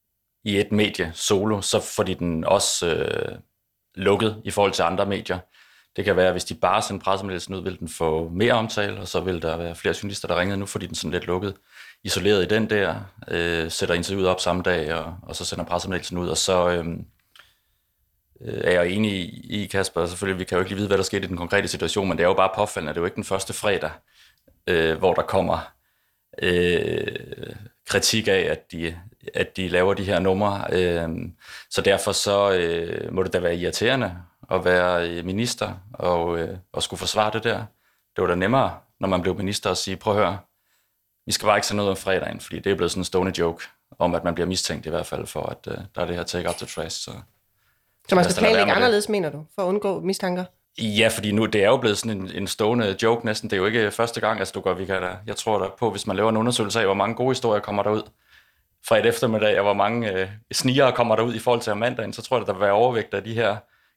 i et medie solo, så får de den også øh, lukket i forhold til andre medier. Det kan være, at hvis de bare sender pressemeddelelsen ud, vil den få mere omtale, og så vil der være flere journalister, der ringede nu, fordi den sådan lidt lukket, isoleret i den der, øh, sætter interviewet op samme dag, og, og så sender pressemeddelelsen ud, og så, øh, er jeg enig i, Kasper. Selvfølgelig, vi kan jo ikke lige vide, hvad der skete i den konkrete situation, men det er jo bare påfaldende. Det er jo ikke den første fredag, øh, hvor der kommer øh, kritik af, at de, at de laver de her numre. Øh, så derfor så øh, må det da være irriterende at være minister og, øh, og skulle forsvare det der. Det var da nemmere, når man blev minister, at sige, prøv at høre, vi skal bare ikke se noget om fredagen, fordi det er blevet sådan en stående joke om, at man bliver mistænkt i hvert fald for, at uh, der er det her take out the trash. Så, så man skal planlægge anderledes, det. Mener du, for at undgå mistanker? Ja, fordi nu det er jo blevet sådan en, en stående joke næsten. Det er jo ikke første gang, altså du går, vi kan da, jeg tror der på, hvis man laver en undersøgelse af, hvor mange gode historier kommer der ud fra et eftermiddag, og hvor mange øh, snigere kommer der ud i forhold til om mandagen, så tror jeg, der vil være overvægt af de her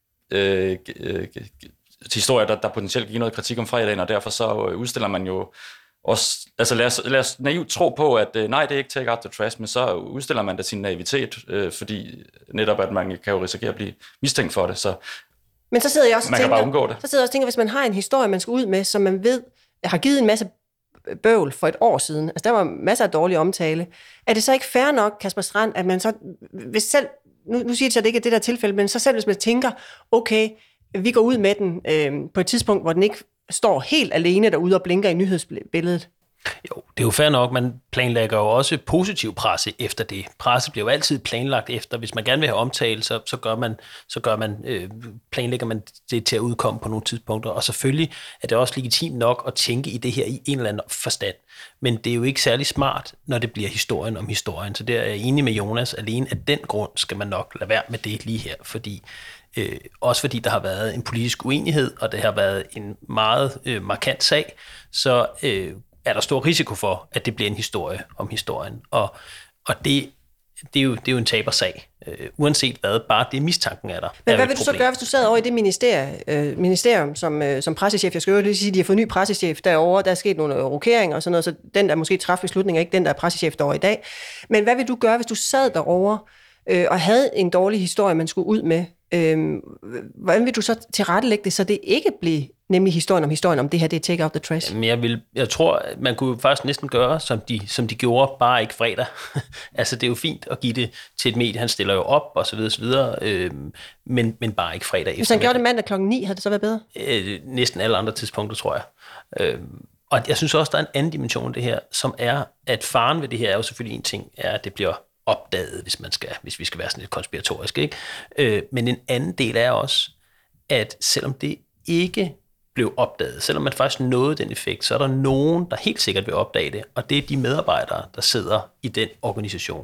øh, øh, historier, der, der potentielt giver noget kritik om fredagen, og derfor så udstiller man jo også, altså lad os, lad os naivt tro på, at øh, nej, det er ikke take out the trash, men så udstiller man da sin naivitet, øh, fordi netop, at man kan jo risikere at blive mistænkt for det, så men så sidder jeg også man tænker, kan bare undgå det. Så sidder jeg også og tænker, hvis man har en historie, man skal ud med, som man ved har givet en masse bøvl for et år siden, altså der var masser af dårlig omtale, er det så ikke fair nok, Kasper Strand, at man så, hvis selv, nu, nu siger jeg så, at det ikke er det der tilfælde, men så selv hvis man tænker, okay, vi går ud med den øh, på et tidspunkt, hvor den ikke står helt alene derude og blinker i nyhedsbilledet. Jo, det er jo fair nok. Man planlægger jo også positiv presse efter det. Presse bliver jo altid planlagt efter. Hvis man gerne vil have omtale, så, så, gør man, så gør man, øh, planlægger man det til at udkomme på nogle tidspunkter. Og selvfølgelig er det også legitimt nok at tænke i det her i en eller anden forstand. Men det er jo ikke særlig smart, når det bliver historien om historien. Så der er jeg enig med Jonas. Alene af den grund skal man nok lade være med det lige her, fordi Øh, også fordi der har været en politisk uenighed, og det har været en meget øh, markant sag, så øh, er der stor risiko for, at det bliver en historie om historien. Og, og det, det, er jo, det er jo en tabersag. Øh, uanset hvad, bare det mistanken er der. Men er hvad vil du så gøre, hvis du sad over i det ministerie, øh, ministerium som, øh, som pressechef? Jeg skal jo lige sige, at de har fået ny pressechef derovre. Der er sket nogle rokeringer og sådan noget, så den, der måske træffer beslutninger, ikke den, der er pressechef derovre i dag. Men hvad vil du gøre, hvis du sad derovre øh, og havde en dårlig historie, man skulle ud med? Øhm, hvordan vil du så tilrettelægge det, så det ikke bliver nemlig historien om historien om det her, det er take out the trash? Jamen jeg, vil, jeg tror, man kunne faktisk næsten gøre, som de, som de gjorde, bare ikke fredag. Altså det er jo fint at give det til et medie, han stiller jo op og så videre, så videre øhm, men, men bare ikke fredag. Hvis han gjorde det mandag klokken ni, havde det så været bedre? Øh, næsten alle andre tidspunkter, tror jeg. Øhm, og jeg synes også, der er en anden dimension af det her, som er, at faren ved det her er jo selvfølgelig en ting, er, at det bliver opdaget, hvis man skal, hvis vi skal være sådan lidt konspiratorisk, ikke? Øh, men en anden del er også, at selvom det ikke blev opdaget, selvom man faktisk nåede den effekt, så er der nogen, der helt sikkert vil opdage det, og det er de medarbejdere, der sidder i den organisation.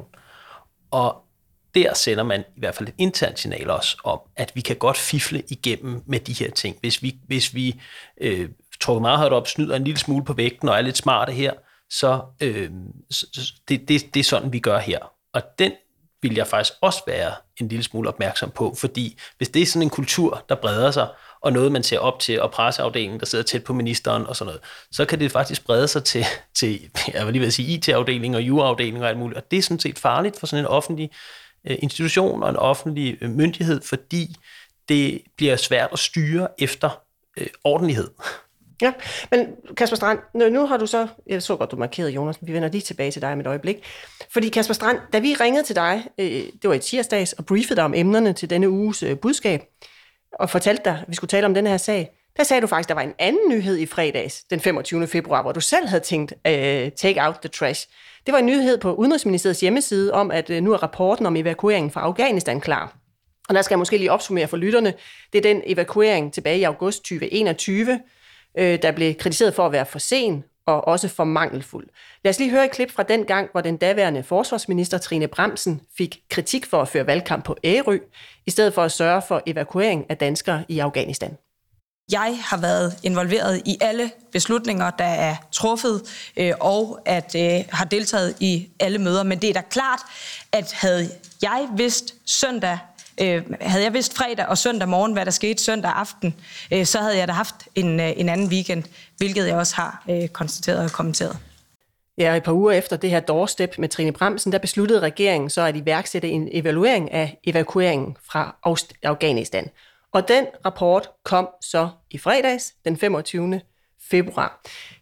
Og der sender man i hvert fald et internt signal også om, at vi kan godt fifle igennem med de her ting. Hvis vi, hvis vi øh, trukker meget højt op, snyder en lille smule på vægten og er lidt smarte her, så øh, det, det, det er sådan, vi gør her. Og den vil jeg faktisk også være en lille smule opmærksom på, fordi hvis det er sådan en kultur, der breder sig, og noget, man ser op til, og presseafdelingen, der sidder tæt på ministeren og sådan noget, så kan det faktisk brede sig til, til jeg vil lige vil sige, I T-afdeling og juraafdeling og alt muligt. Og det er sådan set farligt for sådan en offentlig institution og en offentlig myndighed, fordi det bliver svært at styre efter øh, ordentlighed. Ja, men Kasper Strand, nu har du så, jeg så godt, du markerede, Jonas, vi vender lige tilbage til dig om et øjeblik. Fordi Kasper Strand, da vi ringede til dig, det var i tirsdags, og briefede dig om emnerne til denne uges budskab, og fortalte dig, at vi skulle tale om denne her sag, der sagde du faktisk, at der var en anden nyhed i fredags, den femogtyvende februar, hvor du selv havde tænkt, uh, take out the trash. Det var en nyhed på Udenrigsministeriets hjemmeside om, at nu er rapporten om evakueringen fra Afghanistan klar. Og der skal jeg måske lige opsummere for lytterne. Det er den evakuering tilbage i august tyve enogtyve, der blev kritiseret for at være for sen og også for mangelfuld. Lad os lige høre et klip fra den gang, hvor den daværende forsvarsminister Trine Bramsen fik kritik for at føre valgkamp på Ærø, i stedet for at sørge for evakuering af danskere i Afghanistan. Jeg har været involveret i alle beslutninger, der er truffet, øh, og at øh, har deltaget i alle møder. Men det er da klart, at havde jeg vidst søndag, øh, havde jeg vidst fredag og søndag morgen, hvad der skete søndag aften, øh, så havde jeg da haft en, øh, en anden weekend, hvilket jeg også har øh, konstateret og kommenteret. Ja, et par uger efter det her doorstep med Trine Bramsen, der besluttede regeringen så at iværksætte en evaluering af evakueringen fra Afghanistan. Og den rapport kom så i fredags, den femogtyvende februar.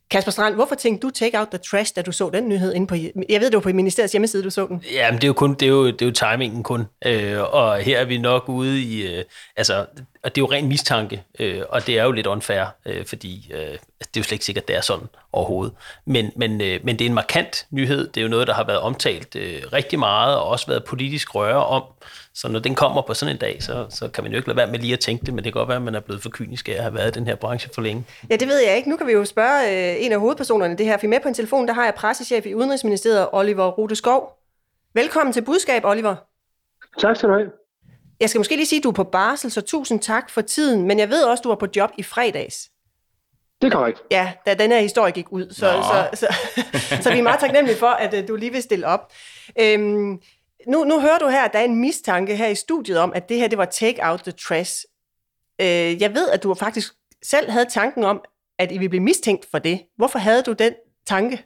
Kasper Strand, hvorfor tænkte du take out the trash, da du så den nyhed inde på... Jeg ved, det var på ministeriets hjemmeside, du så den. Jamen, det er jo kun, det er jo, det er jo timingen kun. Øh, og her er vi nok ude i... Øh, altså, og det er jo ren mistanke, øh, og det er jo lidt unfair, øh, fordi øh, det er jo slet ikke sikkert, det er sådan overhovedet. Men, men, øh, men det er en markant nyhed. Det er jo noget, der har været omtalt øh, rigtig meget, og også været politisk røre om. Så når den kommer på sådan en dag, så, så kan man jo ikke lade være med lige at tænke det, men det kan godt være, at man er blevet for kynisk af at have været i den her branche for længe. Ja, det ved jeg ikke. Nu kan vi jo spørge øh, en af hovedpersonerne i det her. For med på en telefon, der har jeg pressechef i Udenrigsministeriet, Oliver Rudeskov. Velkommen til Budskab, Oliver. Tak skal du have. Jeg skal måske lige sige, at du er på barsel, så tusind tak for tiden, men jeg ved også, at du var på job i fredags. Det er korrekt. Ja, da den her historie gik ud. Så, så, så, så, så vi er meget taknemmelige for, at uh, du lige vil stille op. Øhm, nu, nu hører du her, at der er en mistanke her i studiet om, at det her det var take out the trash. Øh, jeg ved, at du faktisk selv havde tanken om, at I ville blive mistænkt for det. Hvorfor havde du den tanke?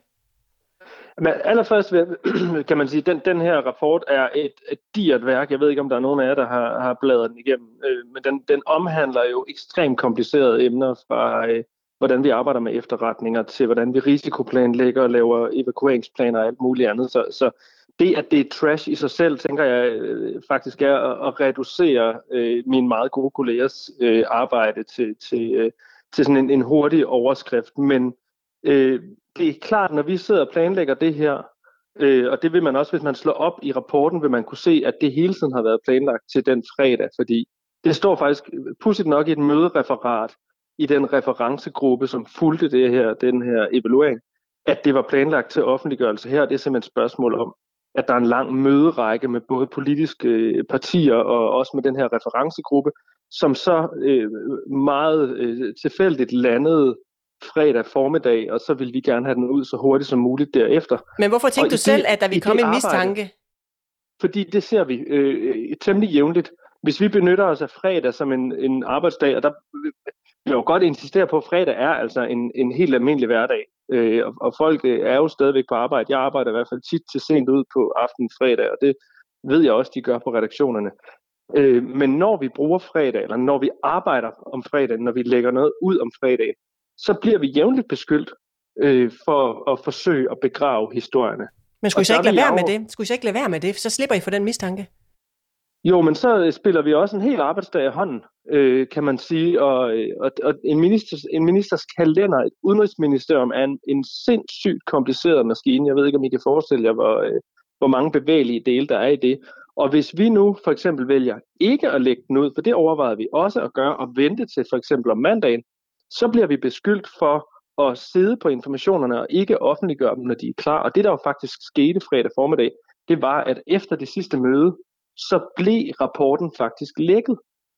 Men allerførst kan man sige, at den, den her rapport er et, et digert værk. Jeg ved ikke, om der er nogen af jer, der har, har bladret den igennem. Øh, men den, den omhandler jo ekstremt komplicerede emner fra, øh, hvordan vi arbejder med efterretninger, til hvordan vi risikoplanlægger og laver evakueringsplaner og alt muligt andet. Så, så det, at det er trash i sig selv, tænker jeg øh, faktisk er at, at reducere øh, min meget gode kollegers øh, arbejde til, til, øh, til sådan en, en hurtig overskrift. Men øh, det er klart, når vi sidder og planlægger det her, øh, og det vil man også, hvis man slår op i rapporten, vil man kunne se, at det hele tiden har været planlagt til den fredag, fordi det står faktisk pudsigt nok i et mødereferat i den referencegruppe, som fulgte det her, den her evaluering, at det var planlagt til offentliggørelse her. Det er simpelthen et spørgsmål om, at der er en lang møderække med både politiske partier og også med den her referencegruppe, som så øh, meget øh, tilfældigt landede fredag formiddag, og så ville vi gerne have den ud så hurtigt som muligt derefter. Men hvorfor tænkte og du det, selv, at der ville komme en mistanke? Arbejde, fordi det ser vi øh, temmelig jævnligt. Hvis vi benytter os af fredag som en, en arbejdsdag, og der vil jo godt insistere på, at fredag er altså en, en helt almindelig hverdag, øh, og, og folk er jo stadigvæk på arbejde. Jeg arbejder i hvert fald tit til sent ud på aften fredag, og det ved jeg også, de gør på redaktionerne. Øh, men når vi bruger fredag, eller når vi arbejder om fredagen, når vi lægger noget ud om fredagen, så bliver vi jævnligt beskyldt øh, for at forsøge at begrave historierne. Men skulle I så ikke lade være med det? Skulle I så ikke lade være med det? Så slipper I for den mistanke. Jo, men så spiller vi også en hel arbejdsdag i hånden, øh, kan man sige. Og, og, og en, ministers, en ministers kalender, et udenrigsministerium, er en, en sindssygt kompliceret maskine. Jeg ved ikke, om I kan forestille jer, hvor, øh, hvor mange bevægelige dele der er i det. Og hvis vi nu for eksempel vælger ikke at lægge den ud, for det overvejede vi også at gøre, og vente til for eksempel om mandagen, så bliver vi beskyldt for at sidde på informationerne og ikke offentliggøre dem, når de er klar. Og det, der jo faktisk skete fredag formiddag, det var, at efter det sidste møde, så blev rapporten faktisk lækket.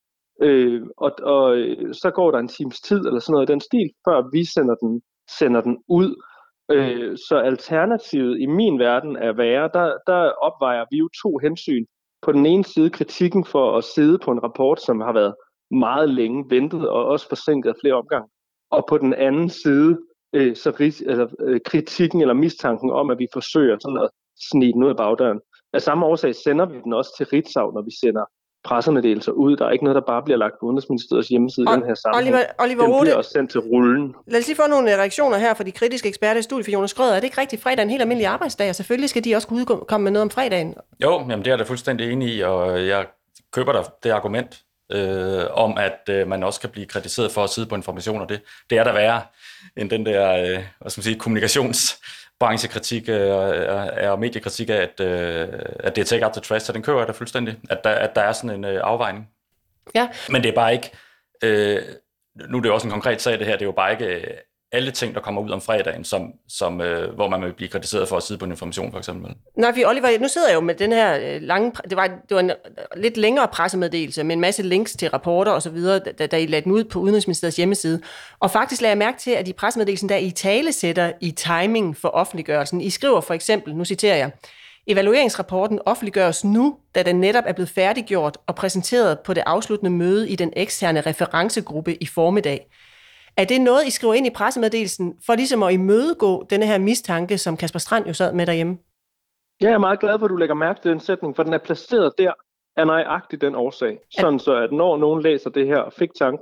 Øh, og, og så går der en times tid, eller sådan noget i den stil, før vi sender den, sender den ud. Øh, så alternativet i min verden er værre. Der, der opvejer vi jo to hensyn. På den ene side kritikken for at sidde på en rapport, som har været meget længe ventet og også forsinket flere omgange. Og på den anden side øh, så ris- altså, øh, kritikken eller mistanken om, at vi forsøger sådan at snige den ud af bagdøren. Af samme årsag sender vi den også til Ritzau, når vi sender pressemeddelelser ud. Der er ikke noget, der bare bliver lagt på Udenrigsministeriets hjemmeside i den her sammenhæng. Oliver, Oliver den Rode, bliver også sendt til rullen. Lad os lige få nogle reaktioner her fra de kritiske eksperter i studiet for Jonas Schrøder. Er det ikke rigtigt? Fredag er en helt almindelig arbejdsdag, og selvfølgelig skal de også kunne udkomme med noget om fredagen. Jo, jamen det er jeg da fuldstændig enig i, og jeg køber da det argument øh, om, at øh, man også kan blive kritiseret for at sidde på informationer. Det, det er der værre end den der øh, hvad skal man sige, kommunikationsbranchekritik øh, er, og mediekritik af, at, øh, at det er take out the trash, så den køber jeg da fuldstændig, at der, at der er sådan en øh, afvejning. Ja. Men det er bare ikke, øh, nu er det jo også en konkret sag det her, det er jo bare ikke øh, alle ting, der kommer ud om fredagen, som, som, øh, hvor man vil blive kritiseret for at sidde på en information, for eksempel. Nej, for Oliver, nu sidder jeg jo med den her lange, det var, det var en lidt længere pressemeddelelse med en masse links til rapporter og så videre, da, da I lagde den ud på Udenrigsministeriets hjemmeside. Og faktisk lagde jeg mærke til, at i pressemeddelelsen, der I talesætter i timing for offentliggørelsen. I skriver for eksempel, nu citerer jeg, evalueringsrapporten offentliggøres nu, da den netop er blevet færdiggjort og præsenteret på det afsluttende møde i den eksterne referencegruppe i formiddag. Er det noget, I skriver ind i pressemeddelelsen, for ligesom at imødegå denne her mistanke, som Kasper Strand jo sad med derhjemme? Jeg er meget glad for, at du lægger mærke til den sætning, for den er placeret der af nøjagtigt den årsag. Sådan så, at når nogen læser det her og fik tanken,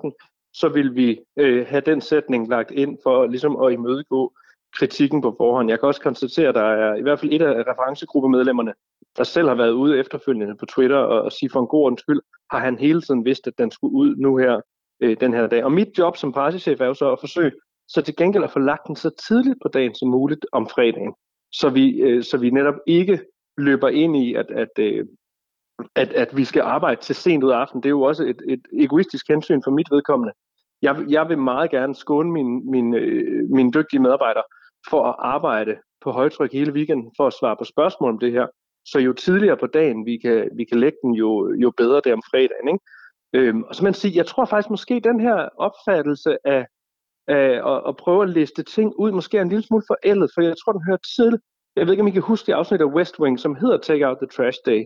så vil vi øh, have den sætning lagt ind for ligesom at imødegå kritikken på forhånd. Jeg kan også konstatere, at der er i hvert fald et af referencegruppemedlemmerne, der selv har været ude efterfølgende på Twitter og, og sige for en god ordens skyld, har han hele tiden vidst, at den skulle ud nu her øh, den her dag. Og mit job som pressechef er jo så at forsøge så til gengæld at få lagt den så tidligt på dagen som muligt om fredagen, så vi, øh, så vi netop ikke løber ind i, at, at, øh, at, at vi skal arbejde til sent ud af aftenen. Det er jo også et, et egoistisk hensyn for mit vedkommende. Jeg, jeg vil meget gerne skåne mine, mine, øh, mine dygtige medarbejdere for at arbejde på højtryk hele weekenden, for at svare på spørgsmål om det her. Så jo tidligere på dagen vi kan, vi kan lægge den, jo, jo bedre det om fredagen. Ikke? Øhm, og så man siger, jeg tror faktisk måske den her opfattelse af, af at, at prøve at liste ting ud, måske er en lille smule forældet, for jeg tror den hører til. Jeg ved ikke, om I kan huske det afsnit af West Wing, som hedder Take Out the Trash Day.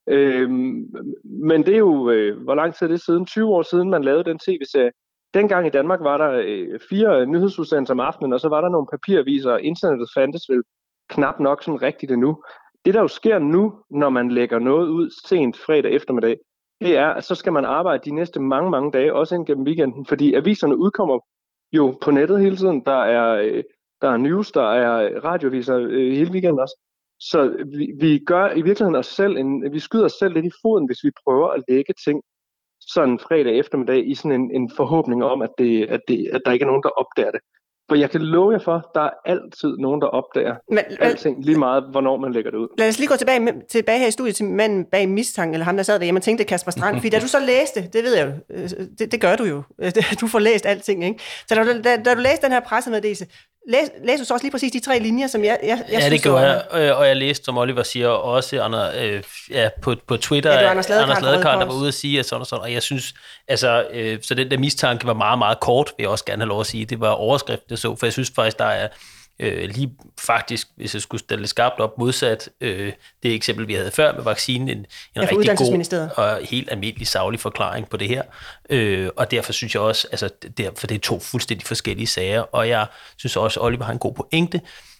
Øhm, men det er jo, øh, hvor lang tid er det siden? tyve år siden, man lavede den tv-serie. Dengang i Danmark var der øh, fire nyhedsudsendelser om aftenen, og så var der nogle papiraviser, og internettet fandtes vel knap nok sådan rigtigt endnu. Det, der jo sker nu, når man lægger noget ud sent fredag eftermiddag, det er, at så skal man arbejde de næste mange, mange dage, også ind gennem weekenden, fordi aviserne udkommer jo på nettet hele tiden. Der er, øh, der er news, der er radioaviser øh, hele weekenden også. Så vi, vi gør i virkeligheden os selv, en, vi skyder os selv lidt i foden, hvis vi prøver at lægge ting sådan fredag eftermiddag i sådan en, en forhåbning om, at, det, at, det, at der ikke er nogen, der opdager det. For jeg kan love jer for, der er altid nogen, der opdager Men, alting, lige meget, hvornår man lægger det ud. Lad os lige gå tilbage, tilbage her i studiet til manden bag mistanken, eller ham, der sad derhjemme og tænkte, Kasper Strand. Fordi da du så læste, det ved jeg jo, det, det gør du jo, du får læst alting, ikke? Så da, da, da du læste den her pressemeddelelse, Læs, læs du så også lige præcis de tre linjer, som jeg, jeg, jeg ja, synes... Ja, det gjorde jeg, og jeg læste, som Oliver siger, også Anna, øh, ja, på, på Twitter, ja, Anders Ladekarl, der var ude at sige, at sådan og sådan, og jeg synes, altså, øh, så den der mistanke var meget, meget kort, vil jeg også gerne have lov at sige, det var overskriften, det så, for jeg synes faktisk, der er øh, lige faktisk, hvis jeg skulle stille skarpt op, modsat øh, det eksempel, vi havde før med vaccinen, en, en ja, rigtig god og helt almindelig saglig forklaring på det her, øh, og derfor synes jeg også, altså, derfor det er to fuldstændig forskellige sager, og jeg synes også, at Oliver har en god pointe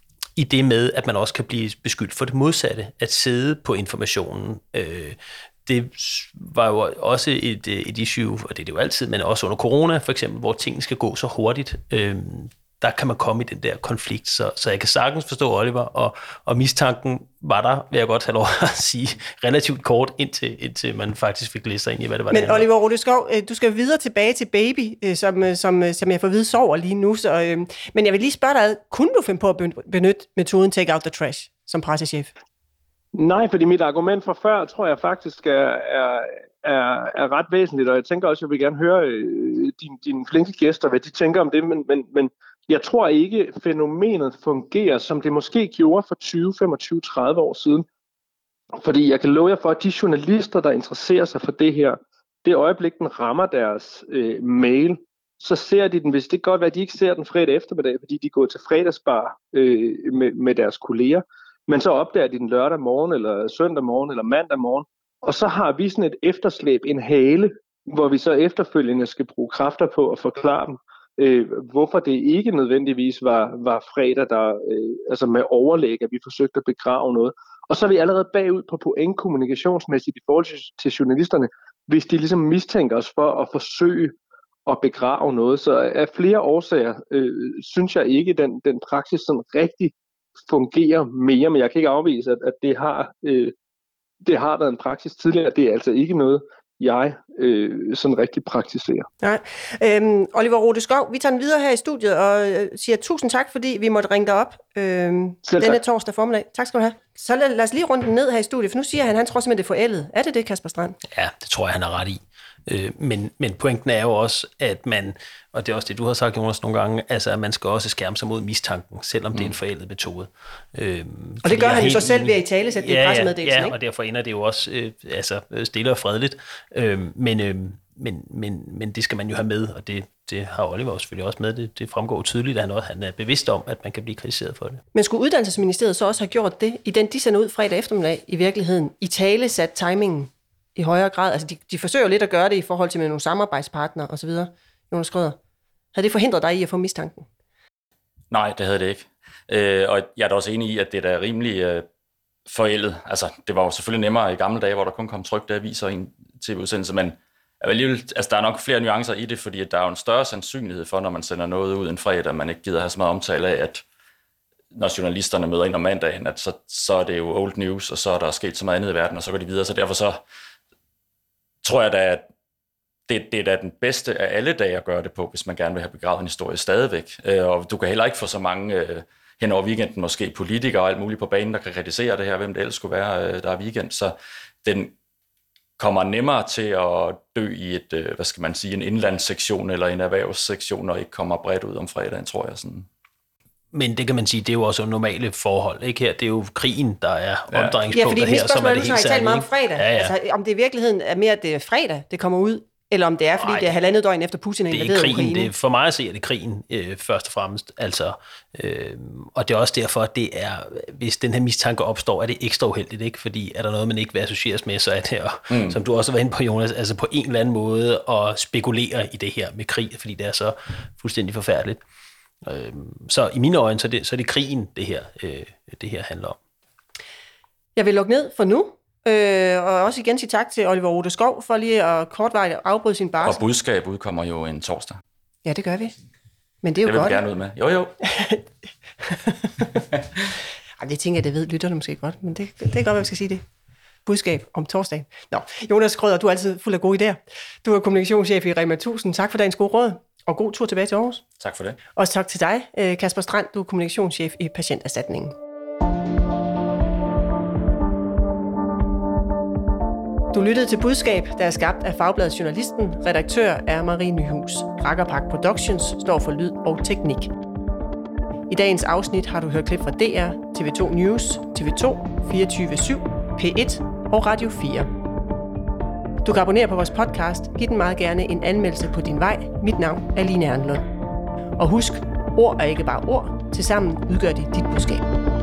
i det med, at man også kan blive beskyldt for det modsatte, at sidde på informationen. Øh, det var jo også et, et issue, og det er det jo altid, men også under corona for eksempel, hvor tingene skal gå så hurtigt, øh, der kan man komme i den der konflikt. Så, så jeg kan sagtens forstå Oliver, og, og mistanken var der, vil jeg godt have lov at sige, relativt kort, indtil, indtil man faktisk fik læst sig ind i, hvad det var. Men Oliver Rodeskov, du skal videre tilbage til baby, som, som, som jeg får at vide sover lige nu. Så, øh, men jeg vil lige spørge dig, kunne du finde på at benytte metoden Take Out the Trash som pressechef? Nej, fordi mit argument fra før, tror jeg faktisk er, er, er, er ret væsentligt, og jeg tænker også, at jeg vil gerne høre øh, dine, dine flinke gæster, hvad de tænker om det, men, men, men jeg tror ikke, fænomenet fungerer, som det måske gjorde for tyve, femogtyve, tredive år siden. Fordi jeg kan love jer for, at de journalister, der interesserer sig for det her, det øjeblik, den rammer deres øh, mail, så ser de den, hvis det kan godt være, at de ikke ser den fredag eftermiddag, fordi de går til fredagsbar øh, med, med deres kolleger, men så opdager de den lørdag morgen, eller søndag morgen, eller mandag morgen, og så har vi sådan et efterslæb, en hale, hvor vi så efterfølgende skal bruge kræfter på at forklare dem, øh, hvorfor det ikke nødvendigvis var, var fredag, der øh, altså med overlæg, at vi forsøgte at begrave noget. Og så er vi allerede bagud på point kommunikationsmæssigt i forhold til, til journalisterne, hvis de ligesom mistænker os for at forsøge at begrave noget. Så af flere årsager øh, synes jeg ikke, at den, den praksis sådan rigtig fungerer mere, men jeg kan ikke afvise, at, at det, har, øh, det har været en praksis tidligere. Det er altså ikke noget, jeg øh, sådan rigtig praktiserer. Nej. Øhm, Oliver Rodeskov, vi tager den videre her i studiet og øh, siger tusind tak, fordi vi måtte ringe dig op øh, denne torsdag formiddag. Tak skal du have. Så lad, lad os lige runde den ned her i studiet, for nu siger han, at han tror simpelthen, det er forældet. Er det det, Kasper Strand? Ja, det tror jeg, han har ret i. Øh, men, men pointen er jo også, at man, og det er også det, du har sagt, Jonas, nogle gange, altså at man skal også skærme sig mod mistanken, selvom mm. det er en forældet metode. Øh, og det gør han jo så selv ved at i tale sætte ja, det i pressemeddelelsen, ja, ikke? og derfor ender det jo også øh, altså, stille og fredeligt. Øh, men, øh, men, men, men det skal man jo have med, og det, det har Oliver selvfølgelig også med. Det, det fremgår tydeligt, at han, også, han er bevidst om, at man kan blive kritiseret for det. Men skulle Uddannelsesministeriet så også have gjort det, i den de sender ud fredag eftermiddag, i virkeligheden, i tale sat timingen i højere grad? Altså, de, de forsøger lidt at gøre det i forhold til med nogle samarbejdspartnere osv. Jonas Schrøder, havde det forhindret dig i at få mistanken? Nej, det havde det ikke. Øh, og jeg er da også enig i, at det er da rimelig øh, forældet. Altså, det var jo selvfølgelig nemmere i gamle dage, hvor der kun kom trykte aviser i en tv-udsendelse, men alligevel, altså, der er nok flere nuancer i det, fordi at der er jo en større sandsynlighed for, når man sender noget ud en fredag, at man ikke gider have så meget omtale af, at når journalisterne møder ind om mandagen, at så, så er det jo old news, og så er der sket så meget andet i verden, og så går de videre. Så derfor så tror jeg da, at det, det er da den bedste af alle dage at gøre det på, hvis man gerne vil have begravet en historie stadigvæk. Og du kan heller ikke få så mange øh, hen over weekenden, måske politikere og alt muligt på banen, der kan kritisere det her, hvem det ellers skulle være, øh, der er weekend. Så den kommer nemmere til at dø i et, øh, hvad skal man sige, en indlandssektion eller en erhvervssektion, og ikke kommer bredt ud om fredagen, tror jeg sådan. Men det kan man sige, det er jo også normale forhold, ikke her? Det er jo krigen, der er ja. omdrejningspunktet her, som er det helt særlige. Ja, fordi mit spørgsmål er, nu har I talt meget om fredag. Ja, ja. Altså, om det i virkeligheden er mere, at det er fredag, det kommer ud, eller om det er, fordi Ej, det er halvandet døgn efter Putin er invaderet krigen. Ukraine. Det er, for mig at se, er det krigen øh, først og fremmest. Altså, øh, og det er også derfor, at det er, hvis den her mistanke opstår, er det ekstra uheldigt, ikke? Fordi er der noget, man ikke vil associeres med, så er det, og, mm. som du også var inde på, Jonas, altså på en eller anden måde at spekulere i det her med krig, fordi det er så fuldstændig forfærdeligt. Så i mine øjne, så er det, så er det krigen, det her, øh, det her handler om. Jeg vil lukke ned for nu, øh, og også igen sige tak til Oliver Rodeskov for lige at kortvarigt afbryde sin barsel. Og budskab udkommer jo en torsdag. Ja, det gør vi. Men det er jo det vil godt. Det vil vi gerne ud med. Jo, jo. Ej, det tænker jeg, det ved lytterne måske godt, men det, det er godt, hvad vi skal sige det. Budskab om torsdagen. Nå, Jonas Schrøder, du er altid fuld af gode idéer. Du er kommunikationschef i Rema tusind. Tak for dagens gode råd. Og god tur tilbage til Aarhus. Tak for det. Også tak til dig, Kasper Strand. Du er kommunikationschef i Patienterstatningen. Du lyttede til Budskab, der er skabt af Fagbladet Journalisten. Redaktør er Marie Nyhus. Rakkerpak Productions står for lyd og teknik. I dagens afsnit har du hørt klip fra D R, T V to News, T V to, fireogtyve syv, P et og Radio fire. Du kan abonnere på vores podcast. Giv den meget gerne en anmeldelse på din vej. Mit navn er Line Ernlund. Og husk, ord er ikke bare ord. Tilsammen udgør de dit budskab.